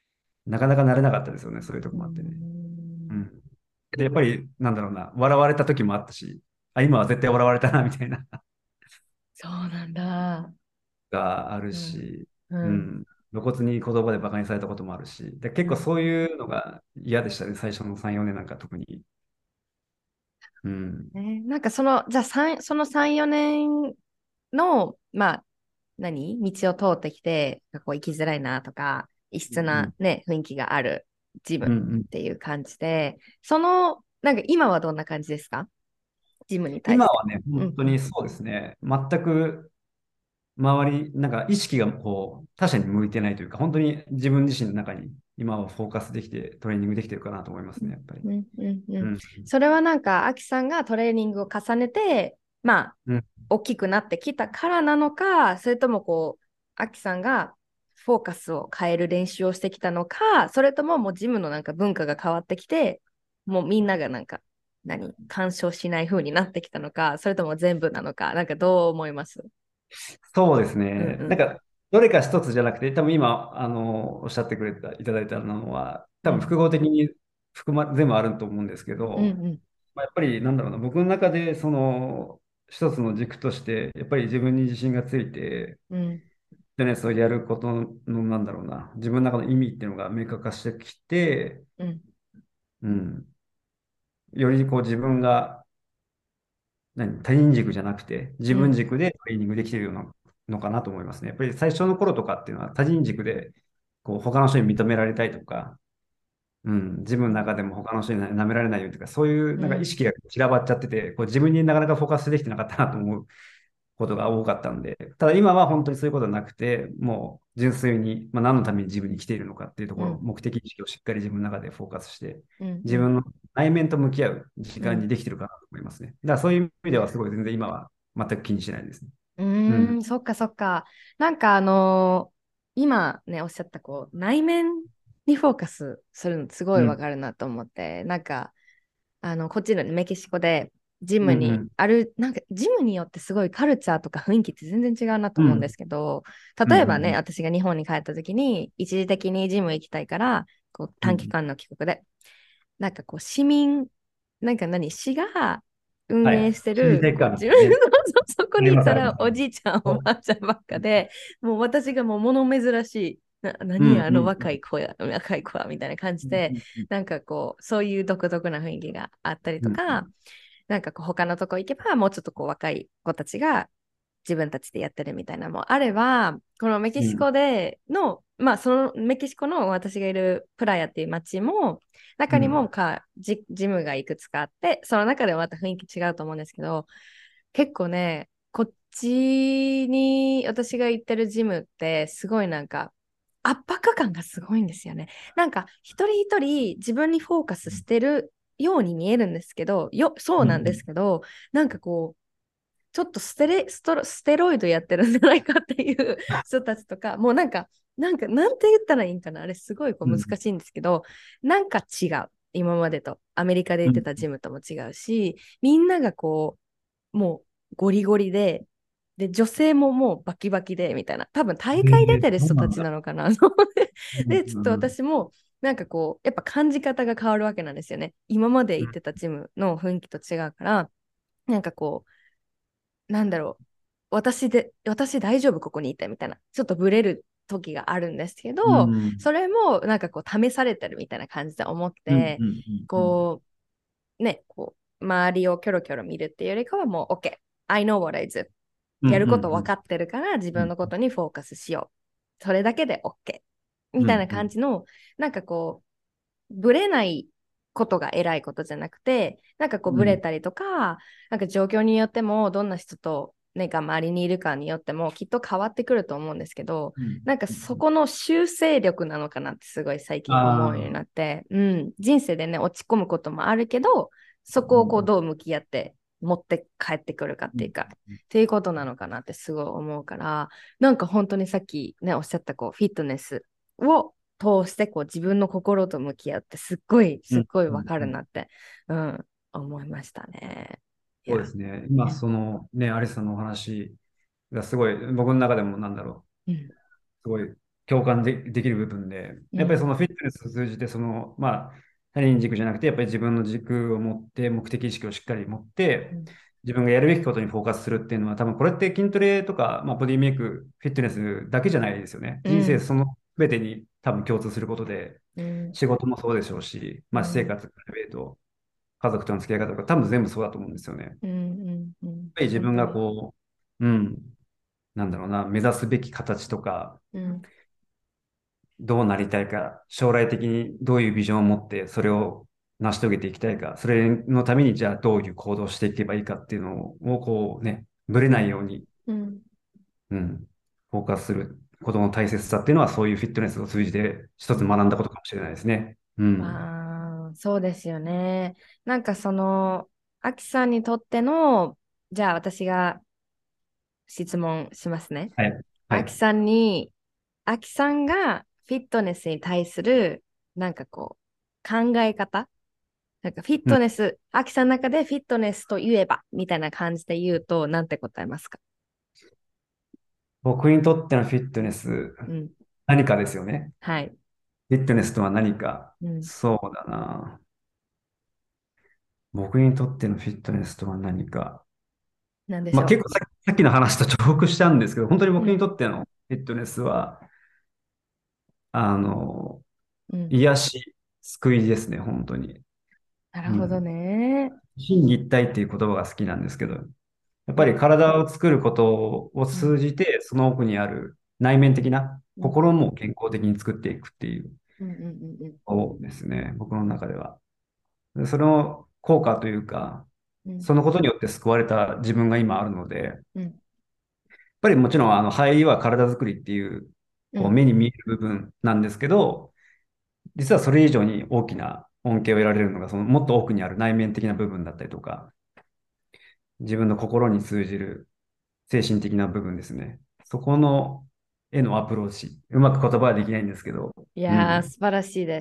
なかなか慣れなかったですよね、そういうとうーこもあってね。うん。 ん。で、やっぱり、なんだろうな、笑われた時もあったし、あ、今は絶対笑われたな、みたいな、 そうなんだ。 があるうん。 し、 うん。 うん。露骨に言葉でバカにされたこともあるし、で、結構うん。 そういうのが嫌でしたね、最初のさん、よねんなんか特に。うん。 ね、なんかその、じゃあ三そのさん、よねんの、まあ、何道を通ってきて、こう生きづらいなとか、異質なうんね、雰囲気があるジムっうんうんうん。 ていう感じで、その、なんか今はどんな感じですか？ジムに対して。 今はね、本うんうん。 当にそうですね、全く周り、なんか意識がこう他者に向いてないというか、本当に自分自身の中に今はフォーカスできて、トレーニングできてるかなと思いますね、やっぱり。 うんうんうん。 うん。 それはなんか、アキさんがトレーニングを重ねて、まあ、 うん。 大きくなってきたからなのか、それともこう、アキさんがフォーカスを変える練習をしてきたのか、それとももうジムのなんか文化が変わってきて、もうみんながなんか、何、干渉しない風になってきたのか、それとも全部なのか、なんかどう思います？ そうですうんね。 うん。 なんか、どれか一つじゃなくて、多分今、あの、おっしゃってくれた、いただいたのは、多分複うん合的に含ま、全部あると思うんですけど、 うんうんまあ、やっぱりなんだろうな、僕の中でその一つの軸として、やっぱり自分に自信がついて、 うんでね、そうやることのなんだろうな、自分の中の意味っていうのが明確化してきて、 うんうん、よりこう自分が何他人軸じゃなくて、自分うん軸でトレーニングできているようなのかなと思いますね。やっぱり最初の頃とかっていうのは他人軸でこう他の人に認められたいとか、うん、自分の中でも他の人に舐められないようにとか、そういうなんか意うん識が散らばっちゃってて、こう自分になかなかフォーカスできてなかったなと思うことが多かったんで、ただ今は本当にそういうことはなくて、もう純粋に、まあ、何のために自分に来ているのかっていうところ、 うん目的意識をしっかり自分の中でフォーカスして、 うんうん自分の内面と向き合う時間にうん。 できてるかなと思いますね。だからそういう意味ではすごい全然今は全く気にしないですね。 ううん。 ーん、そっかそっか。なんかあのー今ね、おっしゃったこう、内面にフォーカスするのすごいうん。 わかるなと思って、なんか、あの、こっちのねメキシコで、ジムにうん。 ある、なんか、ジムによってすごいカルチャーとか雰囲気って全然違うなとうん。 思うんですけど、 うん。 例えばね、 うん。 私が日本に帰った時に、一時的にジム行きたいから、こううん。 短期間の帰国で、なんかこう、市民、なんか何、市が運営はい。 してる、 心理テクこう、自分のニックね。 そこあります、 に行ったら、 あります。 おじいちゃん、おそばあちゃんばっかで、もう私がもう物珍しい、なう。うん。 何や、あのうん。 若い子や、若い子は、みたいな感じうん。 で、 うん。 なんかこう、そういう独特な雰囲気があったりうん。 とか、なんかこう、他のとこ行けば、もうちょっとこう、若い子たちが自分たちでやってるみたいなのもあれば、このメキうん。 シコでの、まあ、そのメキシコの私がいるプラヤっていう街も、中にうん。 もかジ、ジムがいくつかあって、その中ではまた雰囲気違うと思うんですけど、結構ね、こっちに私が行ってるジムってすごいなんか圧迫感がすごいんですよね。なんか一人一人自分にフォーカスしてるように見えるんですけど、よ、そうなんですうん。 けど、なんかこう、ちょっとステレストロステロイドやってるんじゃないかっていう人たちとか、もうなんか、なんか、なんて言ったらいいんかな、あれすごいこううん。 難しいんですけど、なんか違う。今までと、アメリカで行ってうん。 たジムとも違うし、みんながこう、もうゴリゴリで、で、女性ももうバキバキで、みたいな。多分大会出ええ、 てる人たそうなんだ。 ちなのかな。 うん。 で、ちょっとうん。 私も、なんかこう、やっぱ感じ方が変わるわけなんですよね。今まで行ってたジムの雰囲気と違うから、なんかこう、なんだろう、私で、私大丈夫ここにいてみたいな、ちょっとブレる時があるんですけうど、 ん。 それもなんかこう試されてるみたいな感じで思っうん。 て、 うん。うん。 こう、ね、こう、周りをキョロキョロ見るっていうよりかはもう、OK、I know what I do。 うん。 やることうん。 分かってるから自うん。 分のことにフォーカスしよう。それだけで OK。みたいなうん。うん。 感じの、なんかこう、ブレないことが偉いことじゃなくて、なんかこううん。 ブレたりとか、なんか状況によっても、どんな人と、ね、が周りにいるかによってもきっと変わってくると思うんですけど、 うん。 なんかそこの修正力なのかなってすごい最近思うようにああなって、うん、人生でね、落ち込むこともあるけど、そこをこうー。うん。 どう向き合って持って帰ってくるかっうん。 ていうか、っていうことなのかなってすごい思うから、なんか本当にさっきね、おっしゃったこうフィットネスを通してこう自分の心と向き合ってすっごいうん。 すっごいわうん。うん。 かるなって、うん、思いましたね。いや、 そうですね。今、 ね、 そのね、アリスさんのお話がすごい、僕の中でもなんだろうん、 う、すごい共感で、できる部分で、やっぱりそうん、 のフィットネスを通じて、その、まあ、他人軸じゃなくて、やっぱり自分の軸を持って、目的意識をしっかり持って、 うん、 自分がやるべきことにフォーカスするっていうのは、多分これって筋トレとか、まあ、ボディメイク、フィットネスだけじゃないですよね。人生うん、 その全てに多分共通することで、 うん、 仕事もそうでしょうし、まあ、私生うん、 活、プライベート、家族との付き合い方とか、多分全部そうだと思うんですよね。やっうん、うん、 ぱり自分が本当に。 こう、うん、なんだろうな、目指すべき形とか、 うん、 どうなりたいか、将来的にどういうビジョンを持ってそれを成し遂げていきたいか、それのためにじゃあどういう行動をしていけばいいかっていうのをこうね、ぶれないように、 うん。 うん、フォーカスすることの大切さっていうのはそういうフィットネスを通じて一つ学んだことかもしれないですね。うん。 まあ、そうですよね。なんかその、アキさんにとっての、じゃあ私が質問しますね。 はい。はい。 アキさんに、アキさんがフィットネスに対する、なんかこう、考え方、なんかフィッうん。 トネス、アキさんの中でフィットネスといえば、みたいな感じで言うと、なんて答えますか？ 僕にとってのフィットネス、 うん。 何かですよね。 はい。 フィットネスとは何か。 うん。 そうだな。僕にとってのフィットネスとは何か。まあ、 なんでしょ結構さ、さっきの話と重複したんですけど、本当にう。うん。 僕にとってのフィットネスは、あの、 うん。 癒し、救いですね、本当に。 なるほどうん。 ね。 心技一体っていう言葉が好きなんですけど、やっぱりえ、 体を作ることをうん。 通じて、その奥にある内面的なうん。 心も健康的に作っていくっていううん。うん。うん。 そうですね、僕の中では。でその効果というか、 うん。 そのことによって救われた自分が今あるので、やっうん。 ぱりもちろん、あの、入りは体作りっていう、 うん。 こう目に見える部分なんですけど、実はそれ以上に大きな恩恵を得られるのが、そのもっと奥にある内面的な部分だったりとか、自分の心に通じる精神的な部分ですね。そこのへのアプローチ。うまく言葉はできないんですけど、 いやー、 うん。 素晴らしいです。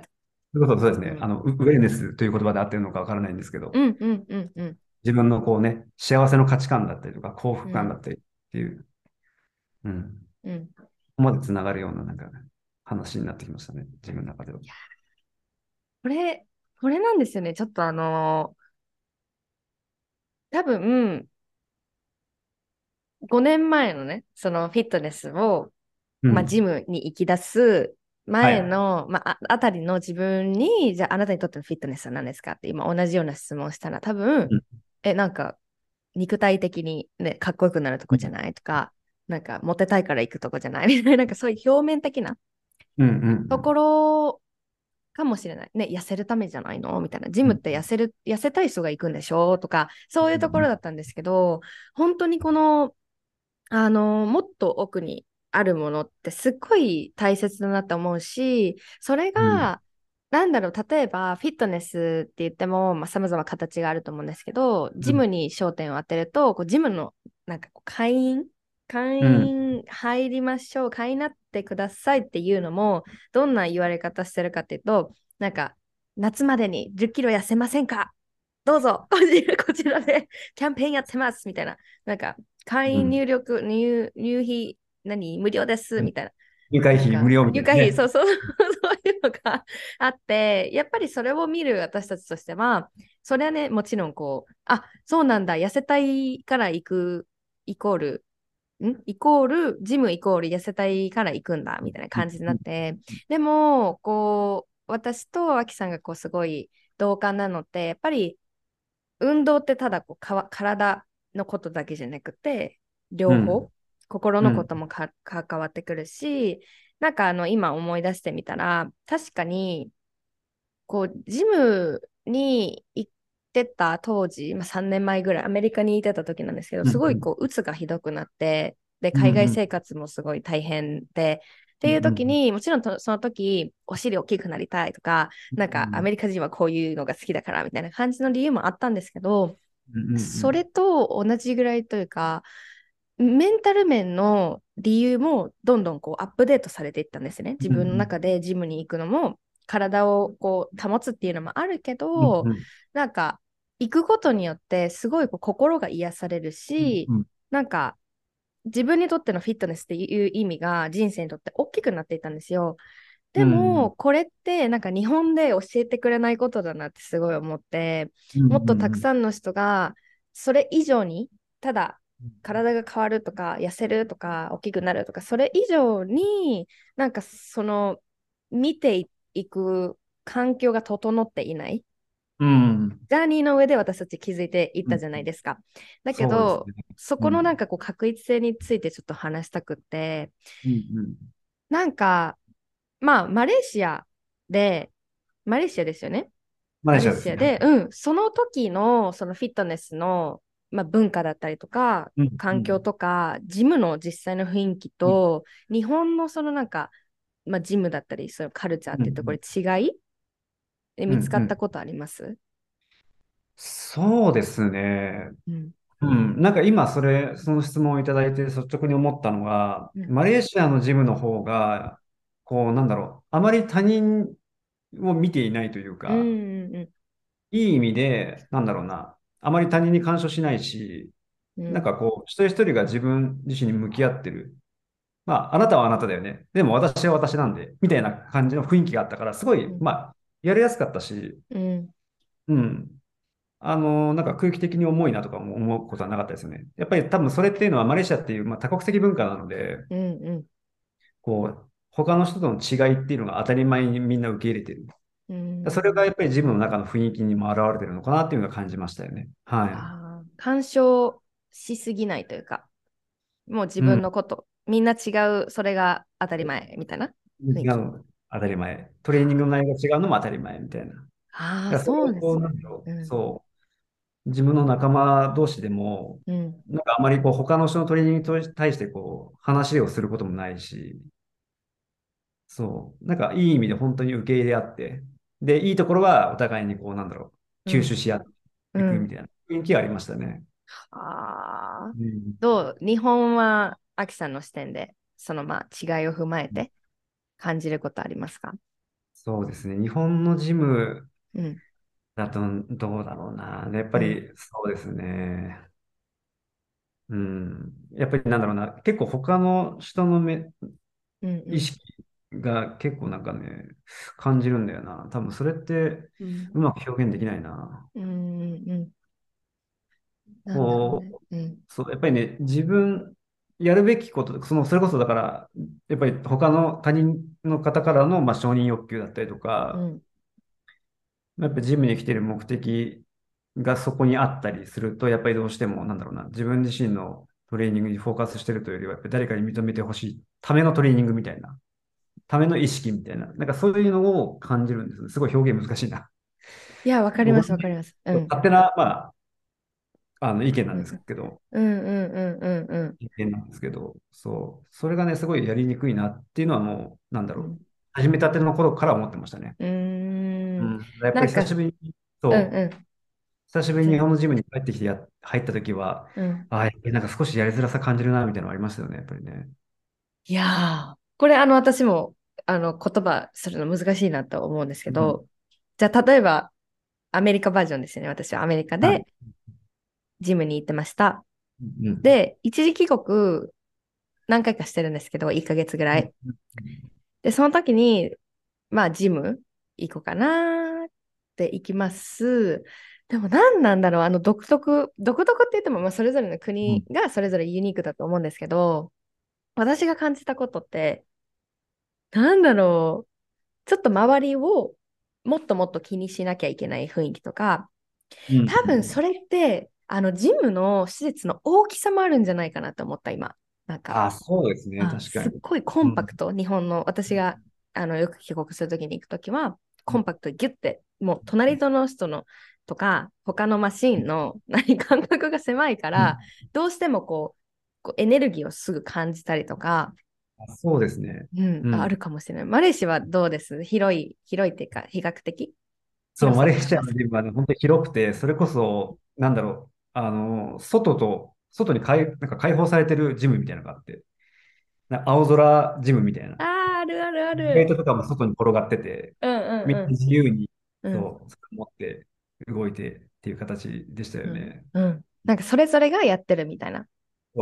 ということはそうですね。あうん。 の、ウウェルネスという言葉で合ってるのかわからないんですけど、 うん。うん。うん。うん。 自分のこうね、幸せの価値観だったりとか、幸福うん。 感だったりっていう、うん。 うん。 ここまでつながるようななんか話になってきましたね。自分の中では。 これ、これなんですよね。ちょっとあのー多分、ごねんまえのね、そのフィットネスを、まあ、ジうん。 ムに行き出すはい。 前の、まあ、ああたりの自分に、じゃあ、あなたにとってのフィットネスは何ですかって今同じような質問をしたら、多分、 うん。 え、なんか、肉体的にね、かっこよくなるとこじゃないとか、なんか、モテたいから行くとこじゃないみたいな、なんかそういう表面的なうん。うん。 ところかもしれない。ね、痩せるためじゃないのみたいな。ジムって痩せる、痩せたい人が行くんでしょとか、そういうところだったんですけど、本当にこの、あの、もっと奥にあるものってすっごい大切だなと思うし、それうん。 が、なんだろう、例えばフィットネスって言っても、まあ、様々形があると思うんですけど、ジムに焦点を当てると、こうジムのなんかこう会員会うん。 員入りましょう、会員になってくださいっていうのも、どんな言われ方してるかっていうと、なんか、夏までにじゅっキロ痩せませんか？どうぞ、こちらこちらでキャンペーンやってますみたいな。なんか、会員うん。 入力、入、入費、何、無料ですみたいな。 入会なんか、 費無料みた入会費、 いなね。 そうそう、そういうのがあって、やっぱりそれを見る私たちとしては、それはね、もちろんこう、あ、そうなんだ、痩せたいから行く、イコール、んイコール、ジムイコール痩せたいから行くんだ、みたいな感じになって、でも、こう、私とアキさんがこう、すごい同感なのって、やっぱり、運動ってただこうかわ体のことだけじゃなくて、 うん。 両方、心うん。 のこともか関わってくるし、なんかあの今思い出してみたら、確かにこうジムに行ってた当時、まあ、さんねんまえぐらいアメリカにいてた時なんですけど、 うん。 すごいこう鬱がひどくなって、で、 うん。 海外うん。 生活もすごい大変で、っていううん。うん。 時に、もちろんとその時、お尻大きくなりたいとか、なんかアうん。 メリカ人はこういうのが好きだからみたいな感じの理由もあったんですけど、 うん。うん。 それと同じぐらいというか、メンタル面の理由もどんどんこうアップデートされていったんですね。自分の中でジムに行くのも、体をこう保つっていうのもあるけど、 うん。 なんか行くことによってすごいこう心が癒されるし、なんか自分にとってのフィットネスっていう意味が人生にとって大きくなっていたんですよ。 うでも、 ん。 これってなんか日本で教えてくれないことだなってすごい思って、 うん。 もっとたくうん。 さんの人がそれ以上に、ただ体が変わるとか、痩せるとか、大きくなるとか、それ以上になんかその見ていく環境が整っていない。 うん。 ジャーニーの上で私たち気づいていっうん。 たじゃないですか。だけど、 そうですね。 そこのなんうん。 かこう確一性についてちょっと話したくって、 うん。うん。 なんか、まあ、マレーシアで、マレーシアですよね。 マレマーシアですね。 レーシアで、うん、その時のそのフィットネスの、まあ、文化だったりとか、 うん。うん。 環境とか、ジムの実際の雰囲気うん。 と、日本のそのなんか、まあ、ジムだったり、そのカルチャーっうん。うていうところん。 違いでうん。 見つかうん。 ったことあります？ そうですね。 うん。 うん。なんか今、それ、その質問をいただいて率直に思ったのが、 うん。 マレーシアのジムの方が、こう、なんだろう、あまり他人を見ていないといううん。 か、 うんいい意味で、なんだろうな、あまり他人に干渉しないし、 うん。 なんかこう、一人一人が自分自身に向き合ってる。まあ、あなたはあなただよね。でも私は私なんで、みたいな感じの雰囲気があったから、すごい、 うん。 まあ、やりやすかったし、 うん。 うん。あの、なんか空気的に重いなとかも思うことはなかったですよね。やっぱり多分それっていうのはマレーシアっていう、まあ、多国籍文化なので、 うん。うん。 こう、他の人との違いっていうのが当たり前にみんな受け入れてる。 うそれがん。 やっぱり自分の中の雰囲気にも表れてるのかなっていうのが感じましたよね。はい。 ああ、干渉しすぎないというか、もう自うん。 分のこと、みんな違う、それが当たり前みたいな雰囲気。 違うの当たり前。トレーニングの内容が違うのも当たり前みたいな。だかああ、 らそれをこう、 そうですね。 なんだろう。 うん。 そう。自分の仲間同士でも、 うん。 なんかあまりこう他の人のトレーニングに対してこう話をすることもないし、そう。なんかいい意味で本当に受け入れ合って、で、いいところはお互いにこう、なんだろう。吸収うん。 し合ってうん。 いくみたいな雰囲気がありましたね。 ああ、 うん。 どう、日本は、アキさんの視点で、そのまあ違いを踏まえて感じることありますか？ そうですね。日本のジムうん。 だとどうだろうな。やっぱうん。 りそうですね。うん。やっぱりなんだろうな。結構他の人の目、 うん。うん。 意識が結構なんかね、感じるんだよな。多分それってうん。 うまく表現できないな。 うん。うん。なんだろうね。 こう、 うん。 そう、やっぱりね、自分、やるべきこと、その、それこそだから、やっぱり他の他人の方からの、まあ、承認欲求だったりとか、 うん。 やっぱりジムに来てる目的がそこにあったりすると、やっぱりどうしても、なんだろうな、自分自身のトレーニングにフォーカスしてるというよりは、やっぱり誰かに認めてほしいためのトレーニングみたいな、ための意識みたいな、なんかそういうのを感じるんですね。すごい表現難しいな。 いや、わかります、わかります。うん。 勝手な、まあ、あの意見なんですうん。 けど、 うん。うん。うん。うん。うん。 意見なんですけど、そう、それがね、すごいやりにくいなっていうのはもう、なんだろう、 うん。 始めたての頃から思ってましたね。 うーん。 うん。やっぱりなんか、 久しぶりに、 うんそう、 うん。 久しぶりに日ぜ本のジムに帰ってきてや入った時は、 うん。 ああ、やっぱりなんか少しやりづらさ感じるな、みたいなのありましたよね、やっぱりね。 いやー、これあの私もあの言葉するの難しいなと思うんですけうん。 ど、じゃあ例えばアメリカバージョンですよね。私はアメリカはい。 でジムに行ってました。 うん。 で、一時帰国何回かしてるんですけど、いっかげつぐらうん。 い。で、その時に、まあジム行こうかなって行きます。でも何なんだろう、あの独特、独特って言っても、まあ、それぞれのうん。 国がそれぞれユニークだと思うんですけど、私が感じたことって、なんだろう、ちょっと周りをもっともっと気にしなきゃいけない雰囲気とか、 うん。 多分それって、あの、ジムの施設の大きさもあるんじゃないかなと思った、今。なんか、 ああ、そうですね、 あ、 確かに。 すっごいコうん。 ンパクト、日本の、私が、あの、よく帰国するときに行くときは、コンパクトギュッて、もう隣との人のとか、他のマシーンの何感覚が狭いから、 うん。 どうしてもこう、こうエネルギーをすぐ感じたりとか、 あ、そうですね。 うん、ああうん。 るかもしれない。マレーシアはどうです？広い、広いっていうか、比較的そう、 広さマレーってありますか？ シアのジムはね、本当に広くて、それこそ、なんだろう、あの、外と、外に開、なんか開放されてるジムみたいなのがあって、な青空ジムみたいな。 あー、あるあるある。 ゲートとかも外に転がってて、 うんみんなうん自由に、 うん。うん。 そう、持って動いてっていう形でしたうん。 よね。 うん。なんかそれぞれがやってるみたいな。 そう。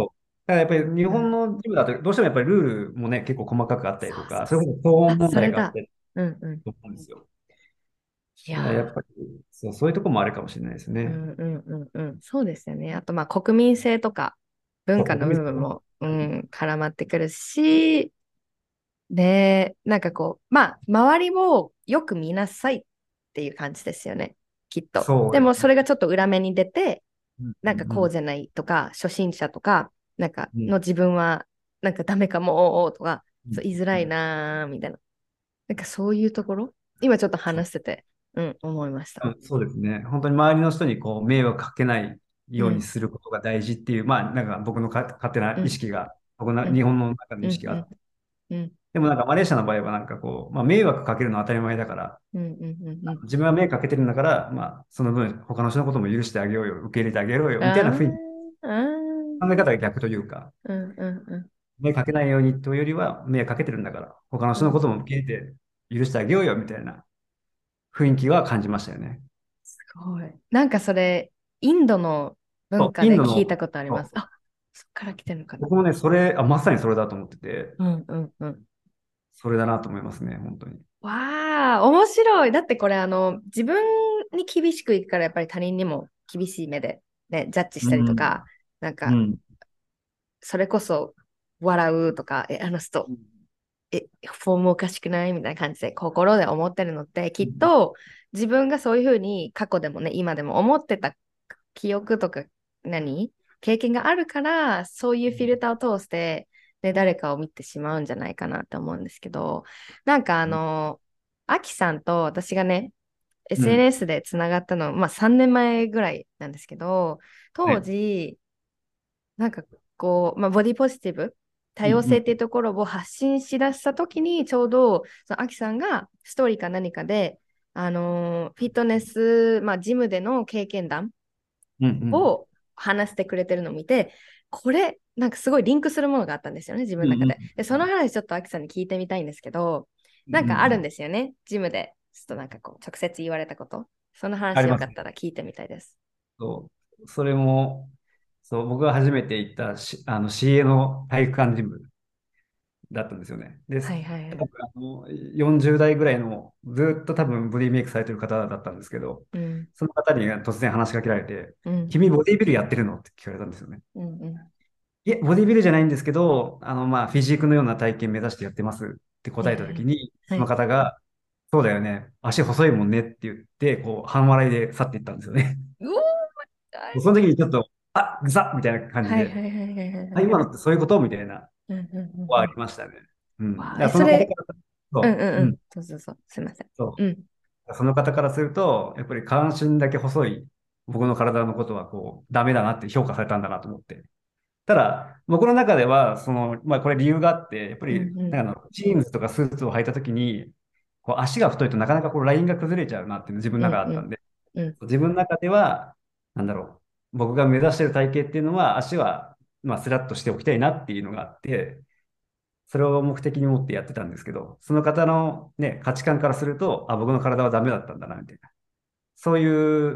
だからやっぱり日うん。 本のジムだとどうしてもやっぱりルールもね、結構細かくあったりそうとか、それそうそう。 こそ騒音あ、 問それだ。 題があったりうんうん。 と思うんですよ。 いやだからやっぱりそう、そういうところもあるかもしれないですー、うね。 んうんうんうん。そうですよね。あと、まあ、国民性とか文化のそう国民性も部分も、うん、絡まってくるし、で、なんかこう、まあ、周りをよく見なさいっていう感じですよね。きっと。でも、 そうですね。 それがちょっと裏目に出て、 うんうなんかこうんじゃないとか、初心者とか、なんかうんの自分は、なんかダメかもとか、 うんそう言いづらいうんなーみたいな。なんかそういうところ、今ちょっとそう話してて、うん、思いました。 うんそうですね。本当に周りの人にこう迷惑かけないようにうん、 することが大事っていう、まあなんか僕のか勝手なうん、 意識が、僕のうん、 日本の中のうん、うん、 意識があって、 うん、 でもなんかマレーシアの場合はなんかこう、まあ迷惑かけるのは当たり前だから、 うん、うん、うん。うん。 自分は迷惑かけてるんだから、まあその分他の人のことも許してあげようよ、受け入れてあげようよ、みたいなあ雰囲気、 あ、ああ、 考え方が逆というか、 うん、うん、うん、 迷惑かけないようにというよりは、迷惑かけてるんだから、他のうん。 人のことも受け入れて許してあげようよ、みたいな雰囲気は感じましたよね。 すごい。なんかそれ、インドの文そう、 化インドの、 で聞いたことあります。 そうあ、そっから来てるのかな。 僕もね、それ、あ、まさにそれだと思ってて、 うん、うん、うん。 それだなと思いますね、本当に。 わあ、面白い。だってこれ、あの、自分に厳しくいくから、やっぱり他人にも厳しい目で、ね、ジャッジしたりとうん、 か、なんか、 うん。 それこそ笑うとか、え、あの人、え、フォームおかしくないみたいな感じで心で思ってるのって、きっうんと自分がそういうふうに過去でもね、今でも思ってた記憶とか、何経験があるから、そういうフィルターを通して、ね、誰かを見てしまうんじゃないかなと思うんですけど、なんかあの、アキさんと私がね、 うん。 エスエヌエス でつながったの、まあさんねんまえぐらいなんですけど、当ね。 時、なんかこう、まあ、ボディポジティブ、多うん、 様性っていううん。 ところを発信しだしたときに、ちょうど、そのアキさんがストーリーか何かで、あのーフィットネス、まあ、ジムでの経験談うん、うん。 を話してくれてるのを見て、これ、なんかすごいリンクするものがあったんですよね、自分うん、うん。 の中で。で、その話ちょっとアキさんに聞いてみたいんですけど、 うん、うん。 なんかあるんうんですよね、ジムで。ちょっとなんかこう、直接言われたこと。その話よかっありますね。 たら聞いてみたいです。 そう。それも、そう、僕が初めて行ったし、あの、市営の体育館ジムだったんですよね。で、 はいはいはい。 あの、よんじゅう代ぐらいの、ずっと多分ボディメイクされてる方だったんですけど、 うん、 その方に突然話しかけられて、 うん、 君ボディビルやってるのって聞かれたんですよね。 うん、うん。 いえ、ボディビルじゃないんですけど、あの、まあ、フィジークのような体型目指してやってますって答えたときはいはいに、そのはい。 方が、そうだよね、足細いもんねって言って、こう、半笑いで去っていったんですよね。 うおー、 その時にちょっと、あ、ぐさっみたいな感じで、 はいはいはいはいはいはあ、 い。 今のってそういうことみたいな、 うんうんうんはありうん。 ましたね。うん。だかわあ、え、 らその方かそれ、 ら、 うんそう、うん、 うんうん。そうそうそう。すいません。 そうん。 う。その方からすると、やっぱり下半身だけ細い僕の体のことは、こう、ダメだなって評価されたんだなと思って。ただ、僕の中では、その、まあ、これ理由があって、やっぱり、 うんうん。 なんかあのジーンズとかスーツを履いたときに、こう足が太いとなかなかこうラインが崩れちゃうなっていうのが自分のうんうん。 中だったんで、 うん。 自分の中では、なんだろう、僕が目指している体型っていうのは、足は、まあ、スラッとしておきたいなっていうのがあって、それを目的に持ってやってたんですけど、その方のね、価値観からすると、あ、僕の体はダメだったんだな、みたいな。そういう、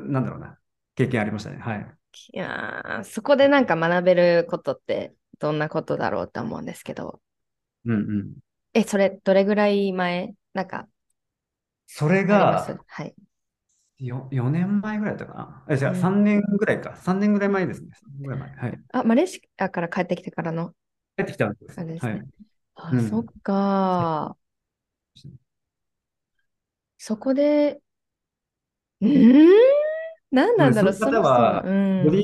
なんだろうな、経験ありましたね。はい。 いやー、そこでなんか学べることってどんなことだろうと思うんですけど。 うんうん。 え、それ、どれぐらい前なんかそれありますが、 はい。 よ、よねんまえぐらいだったかな。え、じゃあうん。 さんねんぐらいか。さんねんぐらいうん。 前ですね。さんねんぐらい前。はい。 あ、マレーシアから帰ってきてからの、 帰ってきたんです。はい。 あれですね。あ、そっうん。 か。そこで、うーん何でもね、 なんだろう、 そのその人の、 方は、 うん。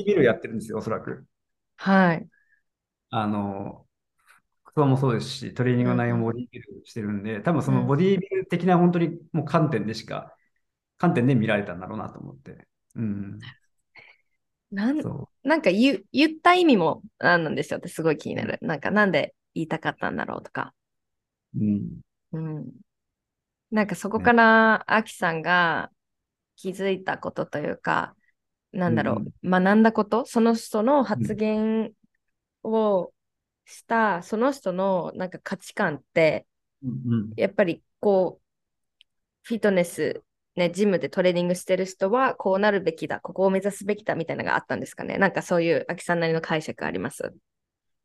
ボディービルやってるんですよ、おそらく。 はい。 あの、服装もそうですし、トレーニングの内容もうんうんボディービルしてるんで、多分そのボうん。 ディービル的な本当にもう観点でしか、観点で見られたんだろうなと思って。うん。 なん、 そなんか言う、言った意味も何なんでしょうってすごい気にう。うん。 なる。なんかなんで言いたかったんだろうとか。 うんうん。なんかそこかね。 らアキさんが気づいたことというか、なんだろうんう、学んだこと、その人の発うん。 言をした、その人のなんか価値観って、 うんうん。 やっぱりこう、フィットネス、ね、ジムでトレーニングしてる人はこうなるべきだ、ここを目指すべきだみたいなのがあったんですかね。なんかそういうアキさんなりの解釈あります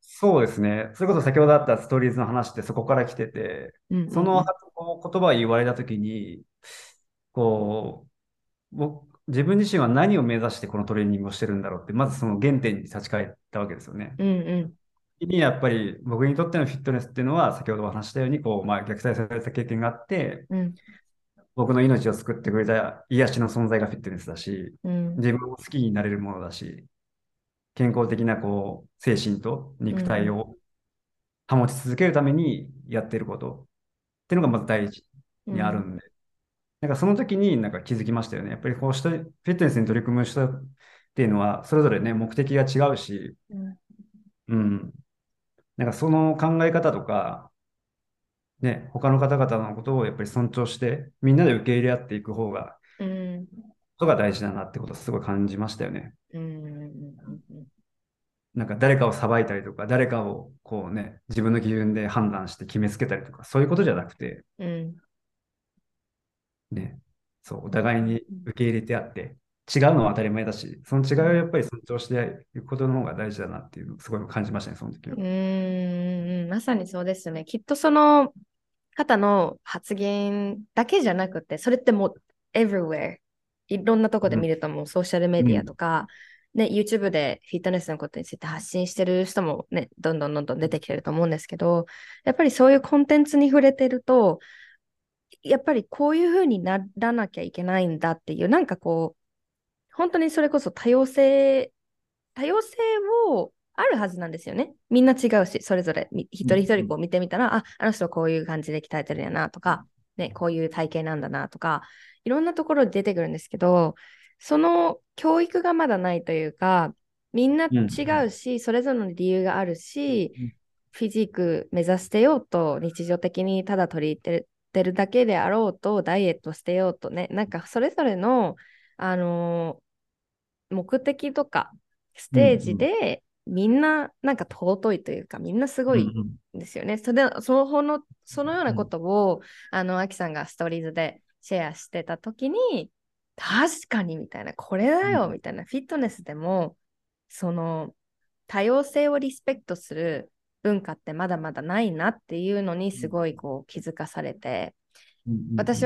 そうですね。それこそ先ほどあったストーリーズの話ってそこから来てて、 うんうんそのうん。 言葉を言われたときに、こう、僕、自分自身は何を目指してこのトレーニングをしてるんだろうって、まずその原点に立ち返ったわけですよね。 うんうん時にやっぱり僕にとってのフィットネスっていうのは、先ほどお話したように、こう、まあ、虐待された経験があって、 うん僕の命を救ってくれた癒しの存在がフィットネスだし、 うん自分を好きになれるものだし、健康的なこう精神と肉体うんを保ち続けるためにやってることっていうのがまず第一うん。 にあるんで、なんかその時になんか気づきましたよね。やっぱりこうしたフィットネスに取り組む人っていうのは、それぞれね、目的が違うし、 うんうん。なんかその考え方とか、ね、他の方々のことをやっぱり尊重して、みんなで受け入れ合っていく方が、 うんことが大事だなってことをすごい感じましたよね。 うんうんなんか誰かを裁いたりとか、誰かをこうね、自分の基準で判断して決めつけたりとか、そういうことじゃなくて、 うんね、そう、お互いに受け入れてあって、違うのは当たり前だし、その違いをやっぱり尊重していくことの方が大事だなっていうのをすごい感じましたね、その時は。 うんうん。まさにそうですね。きっとその方の発言だけじゃなくて、それってもう everywhere。いろんなとこでうん。 見るともうソーシャルメディアうん。 とか、ね、YouTube でフィットネスのことについて発信してる人もね、どんどんどんどん出てきてると思うんですけど、やっぱりそういうコンテンツに触れてると、やっぱりこういうふうにならなきゃいけないんだっていう、なんかこう、本当にそれこそ多様性、多様性をあるはずなんですよね。みんな違うし、それぞれみ一うん。 人一人うん。 こう見てみたら、あ、あの人はこういう感じで鍛えてるんやなとか、ね、こういう体型なんだなとか、いろんなところで出てくるんですけど、その教育がまだないというか、みんなうん。 違うし、それぞれの理由があるし、 うん。 フィジーク目指してようと、日常的にただ取り入れてるだけであろうと、ダイエットしてようとね、なんかそれぞれの、あのー目的とかスうん。 テージうん。 でみんななんか尊いというかみんなすごいうん。 んですよね。それでそのそのようなこうん。 とをあのアキさんがストーリーズでシェアしてた時に確かにみたいなこれだよみたいなフィットネスでもその多様性をリスペクトする文化ってまだまだないなっていうのにすごいこう気づかされてうん。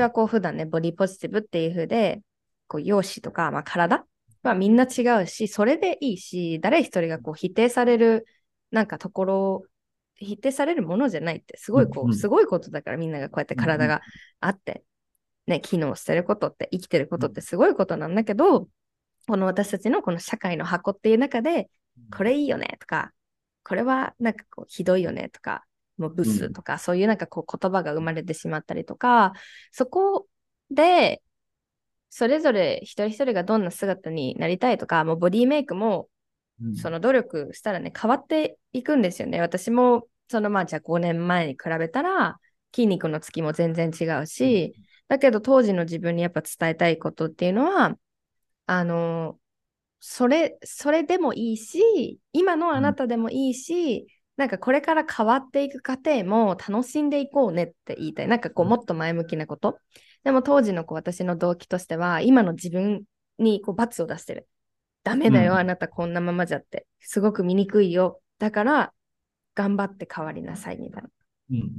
私はこう普段ね、ボディポジティブっていう風で、こう容姿とか、まあ、体はみんな違うし、それでいいし、誰一人がこう否定される、なんかところ、否定されるものじゃないって、すごいこう、 うん。うん。 すごいことだからみんながこうやってうん。うん。 体があって、ね、機能してることって、生きてることってすごいことなんだけど、この私たちのこの社会の箱っていう中で、これいいよねとか、これはなんかこうひどいよねとか、もうブうん。 スとか、そういうなんかこう言葉が生まれてしまったりとか、そこで、それぞれ一人一人がどんな姿になりたいとか、もうボディメイクもうん。 その努力したらね、変わっていくんですよね。私も、そのまあじゃあごねんまえに比べたら、筋肉のつきも全然違うし、だけど当時の自分にやっぱ伝えたいことっていうのは、あの、それ、それでもいいし、今のあなたでもいいし、なんかこれから変わっていく過程も楽しんでいこうねって言いたい。なんかこうもっと前向きなこと。でも当時のこう私の動機としては、今の自分にこう罰を出してる。ダメだよ、あうん。 なたこんなままじゃって。すごく醜いよ。だから頑張って変わりなさいみたいな。 うん。うん。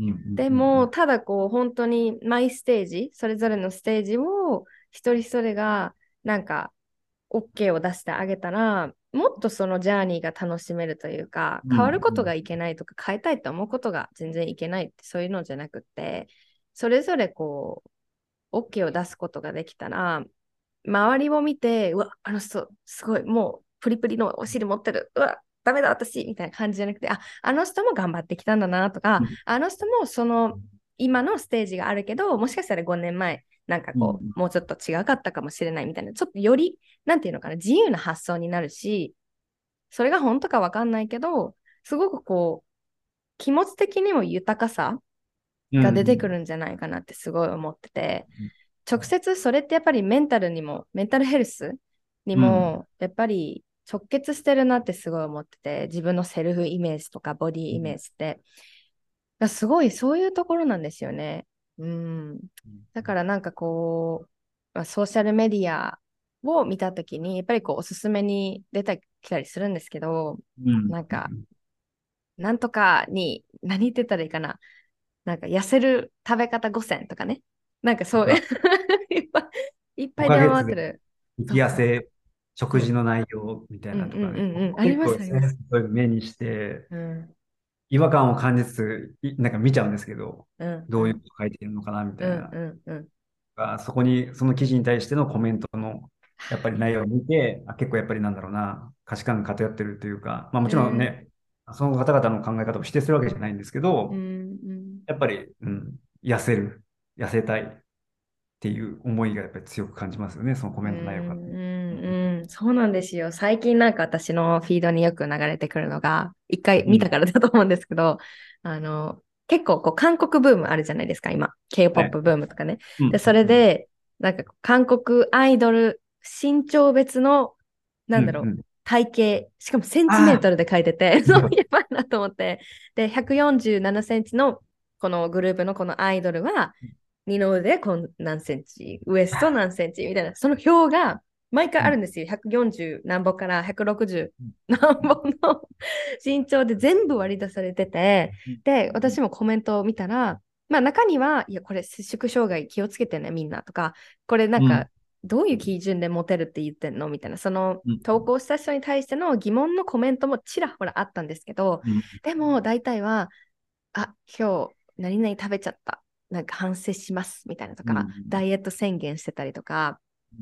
でも、ただこう本当にマイステージ、それぞれのステージを一人一人がなんか OK を出してあげたら、もっとそのジャーニーが楽しめるというか、 うん。 変わることうん。 がいけないとか、変えたいと思うことが全然いけないって、そういうのじゃなくって、それぞれこう、OK を出すことができたら、周りを見て、うわ、あの人、すごい、もう、プリプリのお尻持ってる、うわ、ダメだ、私、みたいな感じじゃなくて、あ、あの人も頑張ってきたんだなとか、あの人もその、今のステージがあるけど、もしかしたらごねんまえ、なんかうん。 こう、もうちょっと違かったかもしれないみたいな、ちょっとより、なんていうのかな、自由な発想になるし、それが本当かわかんないけど、すごくこう、気持ち的にも豊かさうん。 が出てうん。 くるんじゃないかなってすごい思ってて、直接それってやっぱりメンタルにも、メンタルヘルスにうん。 も、やっぱり直結してるなってすごい思ってて、自分のセルフイメージとかボディイメージって、すごいそういうところなんですよね。うん。だからなんかこう、まあ、ソーシャルメディアを見たときに、やっぱりこうおすすめに出てきたりするんですけど、 うん。 なんかなんとかに、何言ってたらいいかな。なんか痩せる食べ方ご選とかね。なんかそういうか、 いっぱいいっぱい出 5ヶ月で回ってる。 生そうそう。 き痩せ、食そう。 事の内容みたいうんうんなとかね。 うんうん。あり結構ますあります。 エスエヌエス そういうの目にして、 うん。 違和感を感じつつ、いなんか見ちゃうんですけど、 うんうん。 どういうこと書いてるのかなみたうんいな。 うんうん。 がそこに、その記事に対してのコメントの、やっぱり内容を見て、あ、結構やっぱりなんだろうな、価値観が偏ってるというか、まあもうちろんんね、その方々の考え方を否定するわけじゃないんですけど、 うんうんやっぱり、うん、痩せる、痩せたいっていう思いがやっぱり強く感じますよね、そのコうメント内容から。 んうんうん。そうなんですよ。最近なんか私のフィードによく流れてくるのが、一回うん。 見たからだと思うんですけど、あの、結構こう韓国ブームあるじゃないですか、今。 はい。 K-ポップ ブームとかね。で、 うん。 それうん。 で、なんか韓国アイドル身長別の、なうん。 んだろう、 うん。 体型、しかもセンチメーああ、 トルで書いてて、そうやばいなと思って。で、ひゃくよんじゅうななセンチのこのグループのこのアイドルは、二の腕こん何センチ、ウエスト何センチみたいな、その表が毎回うん。 あるんですよ。ひゃくよんじゅう何歩からひゃくろくじゅう何歩の身長で全部割り出されてて、 うん。 で、私もコメントを見たら、まあ中には、いや、これ摂食障害気をつけてね、みんなとか、これなんうん。 か、どういう基準でモテるって言ってんのみたいな、そのうん。 投稿した人に対しての疑問のコメントもちらほらあったんですけど、 うん。 でも大体は、あ、今日何々食べちゃった。なんか反省しますみたいなとか、 うん。 ダイエット宣言してたりとか、 うん。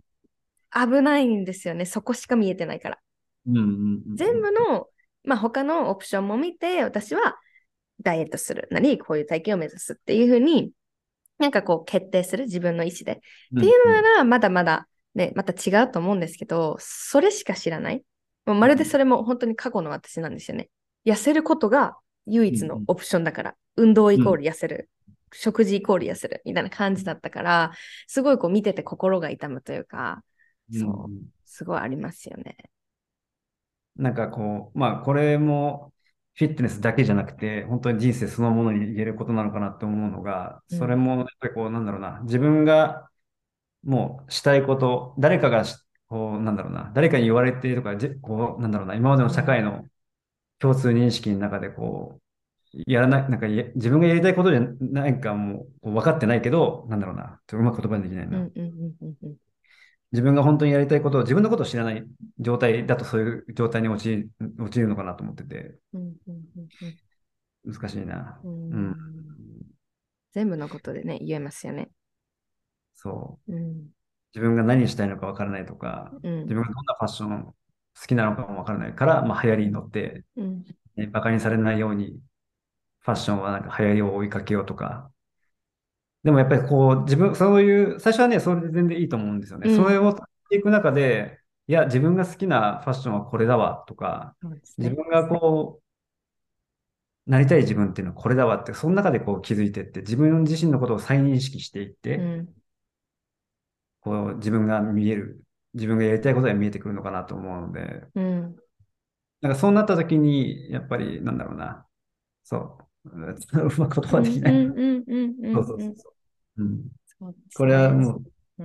危ないんですよね。そこしか見えてないから。 うん。うん。う全部ん。 の、まあ、他のオプションも見て、私はダイエットするなり、こういう体型を目指すっていうふうに、なんかこう決定する自分の意思で。っていうん。うん。 うのなら、まだまだね、また違うと思うんですけど、それしか知らない。もうまるでそれも本当に過去の私なんですよね。痩せることが唯うん。 一のオプションだから、運動イコーうん。 ル痩せる。食事イコール痩せるみたいな感じだったから、すごいこう見てて心が痛むというか、 うん。うそう、 ん。 すごいありますよね。 なんかこう、まあこれもフィットネスだけじゃなくて、本当に人生そのものに言えることなのかなって思うのが、 うん。 それもやっぱりこう、なんだろうな、自分がもうしたいこと、誰かがしこう、なんだろうな、誰かに言われてとか、じこう、なんだろうな、今までのうん。 社会の共通認識の中でこう、やらない、なんかや自分がやりたいことじゃないかもこう分かってないけど、なんだろうな、ちょっとうまく言葉にできないな。 うんうんうんうんうん。 自分が本当にやりたいことを、自分のことを知らない状態だとそういう状態に陥陥るのかなと思ってて、 うんうんうんうん難しいな。 ううん。 ん。全部のことでね、言えますよね。 そう。 うん。 自分が何したいのか分からないとか、 うん。 自分がどんなファッション好きなのかも分からないから、まあ、流行りに乗って、 うん。 ね、バカにされないように、ファッションはなんか流行りを追いかけようとか。でもやっぱりこう、自分、そういう、最初はね、それで全然いいと思うんですよね。 うん。 それをしていく中で、いや、自分が好きなファッションはこれだわとか、 そうですね。 自分がこう、なりたい自分っていうのはこれだわって、その中でこう気づいていって、自分自身のことを再認識していって、 うん。 こう自分が見える、自分がやりたいことが見えてくるのかなと思うので、 うん。 なんかそうなった時に、やっぱりなんだろうな、そう、うまく言葉できうん。 ないな。 うん。うん。うん。うそうん。うん。 そうそうそう。うん。 そうでこれはすね。 もううん。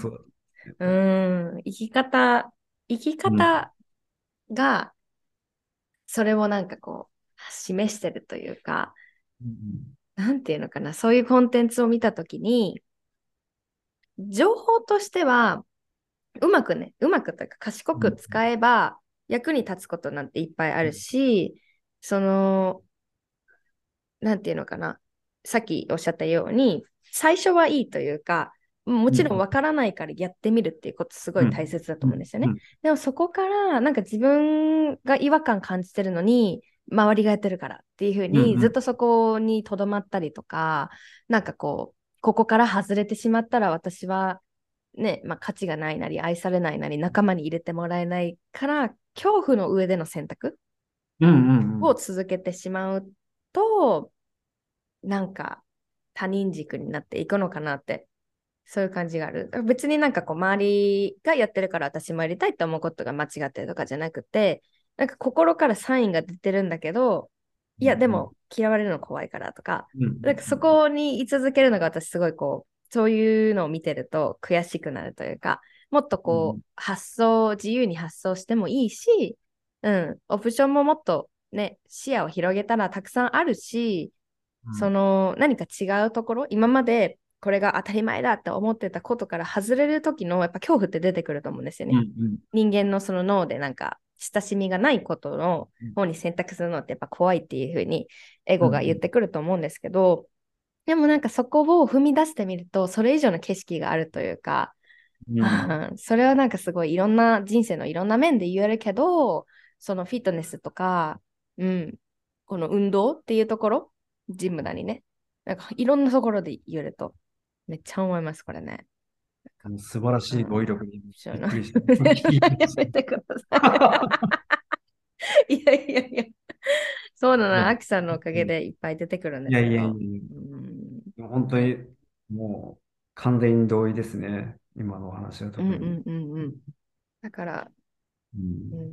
全部そうだ。やっぱり。 うん。生き方、生きうん。 方が、それをなんかこう、示してるというか、 うん。 なんていうのかな、そういうコンテンツを見たときに、情報としては、うまくね、うまくというか賢うん。 く使えば役に立つことなんていっぱいあるし、その、なんていうのかな、さっきおっしゃったように、最初はいいというか、もうん。 ちろんわからないからやってみるっていうことすごい大うん。 切だとうん。 思うんですよね。 うん。 でもそこからなんか自分が違和感感じてるのに、周りがやってるからっていうふううん。うん。 にずっとそこにとどまったりとか、なんかこう、ここから外れてしまったら私はね、まあ、価値がないなり愛されないなり仲間に入れてもらえないから恐怖の上での選択うん。 を続けてしまうと、なんか他人軸になっていくのかなって、そういう感じがある。別になんかこう周りがやってるから私もやりたいって思うことが間違ってるとかじゃなくて、なんか心からサインが出てるんだけど、いやでも嫌われるの怖いからとか、 うん。うん。 なんかそこに居続けるのが私すごいこう、そういうのを見てると悔しくなるというか、もっとうん。 こう発想、自由に発想してもいいし、うん、オプションももっとね、視野を広げたらたくさんあるし、そうん。 の何か違うところ、今までこれが当たり前だって思ってたことから外れる時のやっぱ恐怖って出てくると思うんですようん。 ね。 うん。 人間のその脳でなんか親しみがないことのうん。 方に選択するのってやっぱ怖いっていう風にエうん。 ゴが言ってくると思うんですけど、でもなんかそこを踏み出してみるとそれ以上の景色があるというか、 うん。 はあ、それはなんかすごいいろんな人生のいろんな面で言えるけど、そのフィットネスとか、うん、この運動っていうところ、ジムだにね、なんかいろんなところで言えると、めっちゃ思います、これね。 もう素晴らしい語彙うん、 力にそうなびっくりして、聞きましやめてください。いやいやいや、そうなた。いの、 や、 アキさんのおかげうん。 でいっぱい出てくるんでいやいやいやすけど、 いや、 うん、 でも本当にもう完全に同意ですね。今のお話は特に。 うんうんうんうん。だから、 うん。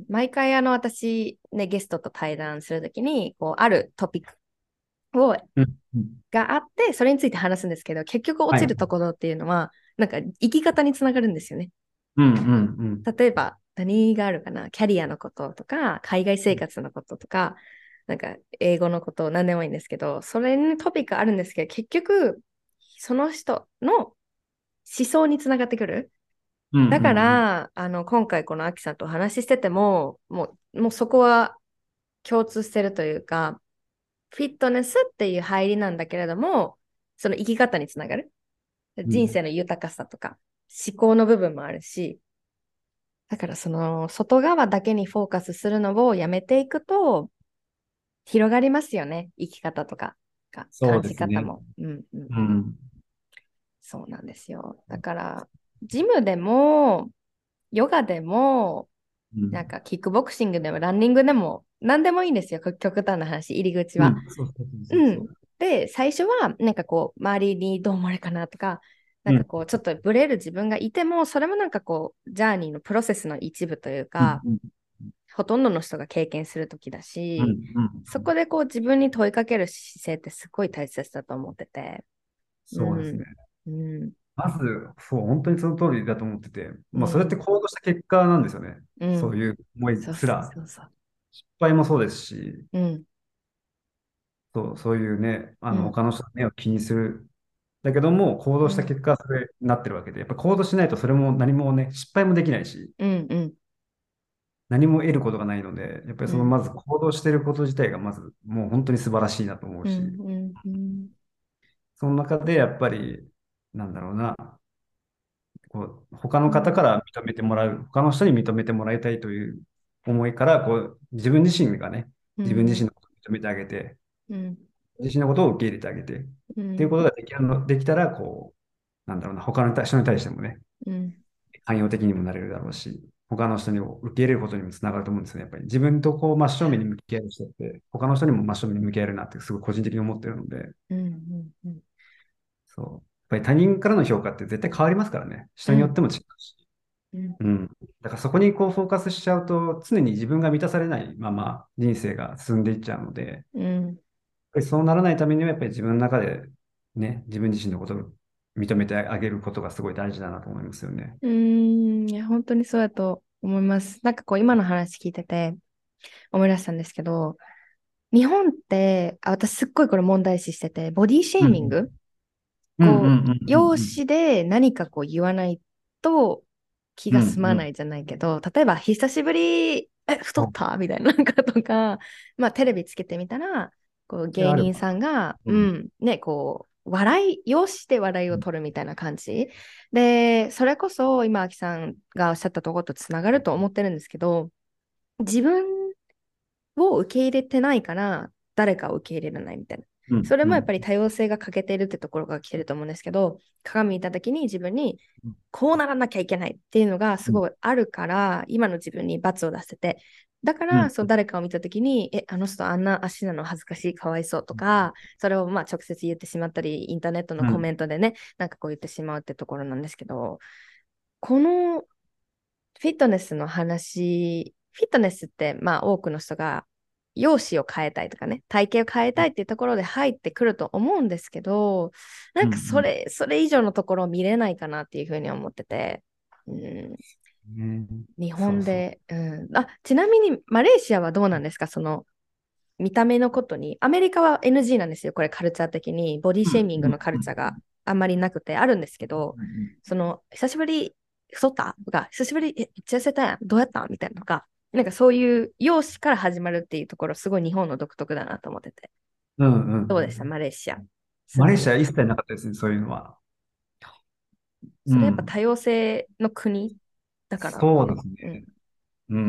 うん、毎回あの私、ね、ゲストと対談するときにこうあるトピックをうん。うん。 があってそれについて話すんですけど、結局落はい。 ちるところっていうのはなんか生き方につながるんですよね。 うんうん例えば何があるかな、キャリアのこととか海外生活のこととか、なんか英語のこと何でもいいんですけど、それにトピックあるんですけど、結局その人の思想につながってくる。 うん。うんだかうんらあの今回このアキさんとお話ししててももう、もうそこは共通してるというか、フィットネスっていう入りなんだけれども、その生き方につながる。 うん。 人生の豊かさとか、思考の部分もあるし、だからその外側だけにフォーカスするのをやめていくと、広がりますよね。生き方とか、かそう感ですね。 じ方も。うんうん。 うん。 そうなんですよ。だから、ジムでも、ヨガでも、 うん。 なんかキックボクシングでもランニングでも、何でもいいんですよ。極端な話、入り口は。 うん。そうそうそううん。 そう。 で、最初は、なんかこう、周りにどう思われるかなとか、なうん。 んかこう、ちょっとブレる自分がいても、それもなんかこう、ジャーニーのプロセスの一部というか、 うん。 ほとんどの人が経験するときだうん。 し、 うん。 そこでこう、自分に問いかける姿勢ってすごい大切だと思ってて、うそうですね。 ん。うん。 まず、そう、本当にその通りだと思ってて、まあ、それってうん。 行動した結果なんですよね。 うん。 そういう思いそうそうすら、 そうそう。 失敗もそうですし、 うん。 そう、そういうね、あの、 うん。 他の人の目を気にする。だけども、行動したうん。 結果、それになってるわけで、やっぱ行動しないとそれも何もね、失敗もできないし、 うん。うん。 何も得ることがないので、やっぱりうん。 そのまず行動してること自体がまずもう本当に素晴らしいなと思ううん。 し、 うん。うん。 その中でやっぱり、なんだろうな、こう他の方うん。 から認めてもらう、他の人に認めてもらいたいという思いから、こう自分自身がね、自分自身のことを認めてあげて、 うん。 自身のことを受け入れてあげて、っていううん。 ことができるの、できたら、こう、なんだろうな、他の人に対してもね、 うん。 寛容的にもなれるだろうし、他の人にも受け入れることにもつながると思うんですね。やっぱり自分とこう真正面に向き合える人って、他の人にも真正面に向き合えるなってすごい個人的に思ってるので、 うん。うん。 そう。やっぱり他人からの評価って絶対変わりますからね。人によっうん。 ても違うし。 うん。 うん。だからそこにこうフォーカスしちゃうと、常に自分が満たされないまま人生が進んでいっちゃうので、やっうん。 ぱりそうならないためには、やっぱり自分の中でね、自分自身のことを認めてあげることがすごい大事だなと思いますよね。 うーん、いや、本当にそうだと思います。なんかこう、今の話聞いてて思い出したんですけど、日本って、あ、私すっごいこれ問題視してて、ボディシェうん。 ーミング、 うんうんこう、 うんうん容姿で何かこう言わないと気うん。うがんうん。 済まないじゃないけど、例えば、久しぶり、え、太そうったみたいななんかとか、まあ、テレビつけてみたら、こう、 いや、 芸人あるわ。 さんが、 うん。 うん、ね、こう、笑い、容姿で笑いを取るみたいな感じ。で、それこそ、今、アキさんがおっしゃったところとつながると思ってるんですけど、自分を受け入れてないから、誰かを受け入れられないみたいな。 うんうん。 それもやっぱり多様性が欠けているってところが来てると思うんですけど、鏡見た時に自分にこうならなきゃいけないっていうのがすうんごいあるから、今の自分に罰を出せて、だから、 うん。 そう誰かを見た時に、え、あの人あんな足なの恥ずかしい、かわいそうとか、それをまあ直接言ってしまったり、インターネットのコうん。 メントでね、なんかこう言ってしまうってところなんですけど、このフィットネスの話、フィットネスってまあ多くの人が容姿を変えたいとかね、体型を変えたいっていうところで入ってくると思うんですけど、なんかそうんれ、それ以上のところを見れないかなっていうふうに思ってて、うん、 うん。ね、 日そうそう。 本で、うん、あ、ちなみにマレーシアはどうなんですか、その見た目のことに、アメリカは エヌジー なんですよ、これカルチャー的に。ボディシェーミングのカルチャーがあんまりなくてあるんですけど、その、久しぶり、太ったとか、久しぶり、え、めっちゃ痩せたやん、どうやったんみたいなのとか、なんかそういう容姿から始まるっていうところ、すごい日本の独特だなと思ってて。 うんうん。 どうでしたマレーシア。住マレーんでみて。 シア一切なかったですね、そういうのは。うそれやっぱん。 多様性の国だからかな。 そうですうん。 ね。うん。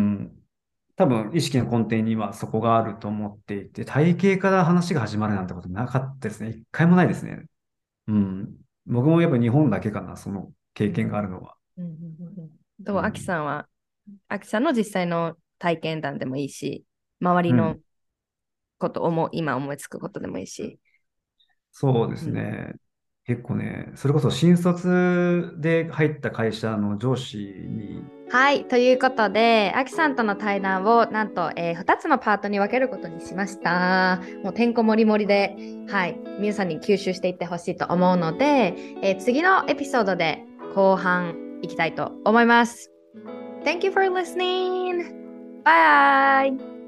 多分、意識の根底にはそこがあると思っていて、体型から話が始まるなんてことなかったですね。一回もないですね。うん。僕もやっぱ日本だけかな、その経験があるのは。 うんうんうんうん、どう、アキうん。 さんは、アキさんの実際の体験談でもいいし、周りのうん。 こと思う、今思いつくことでもいいし。 そうでうん、 すね。結構ね、それこそ新卒で入った会社の上司に、 はい、ということで、アキさんとの対談をなんと、えー、ふたつのパートに分けることにしました。もうてんこ盛り盛りで、はい、皆さんに吸収していってほしいと思うので、えー次のエピソードで後半いきたいと思います。Thank you for listening! Bye!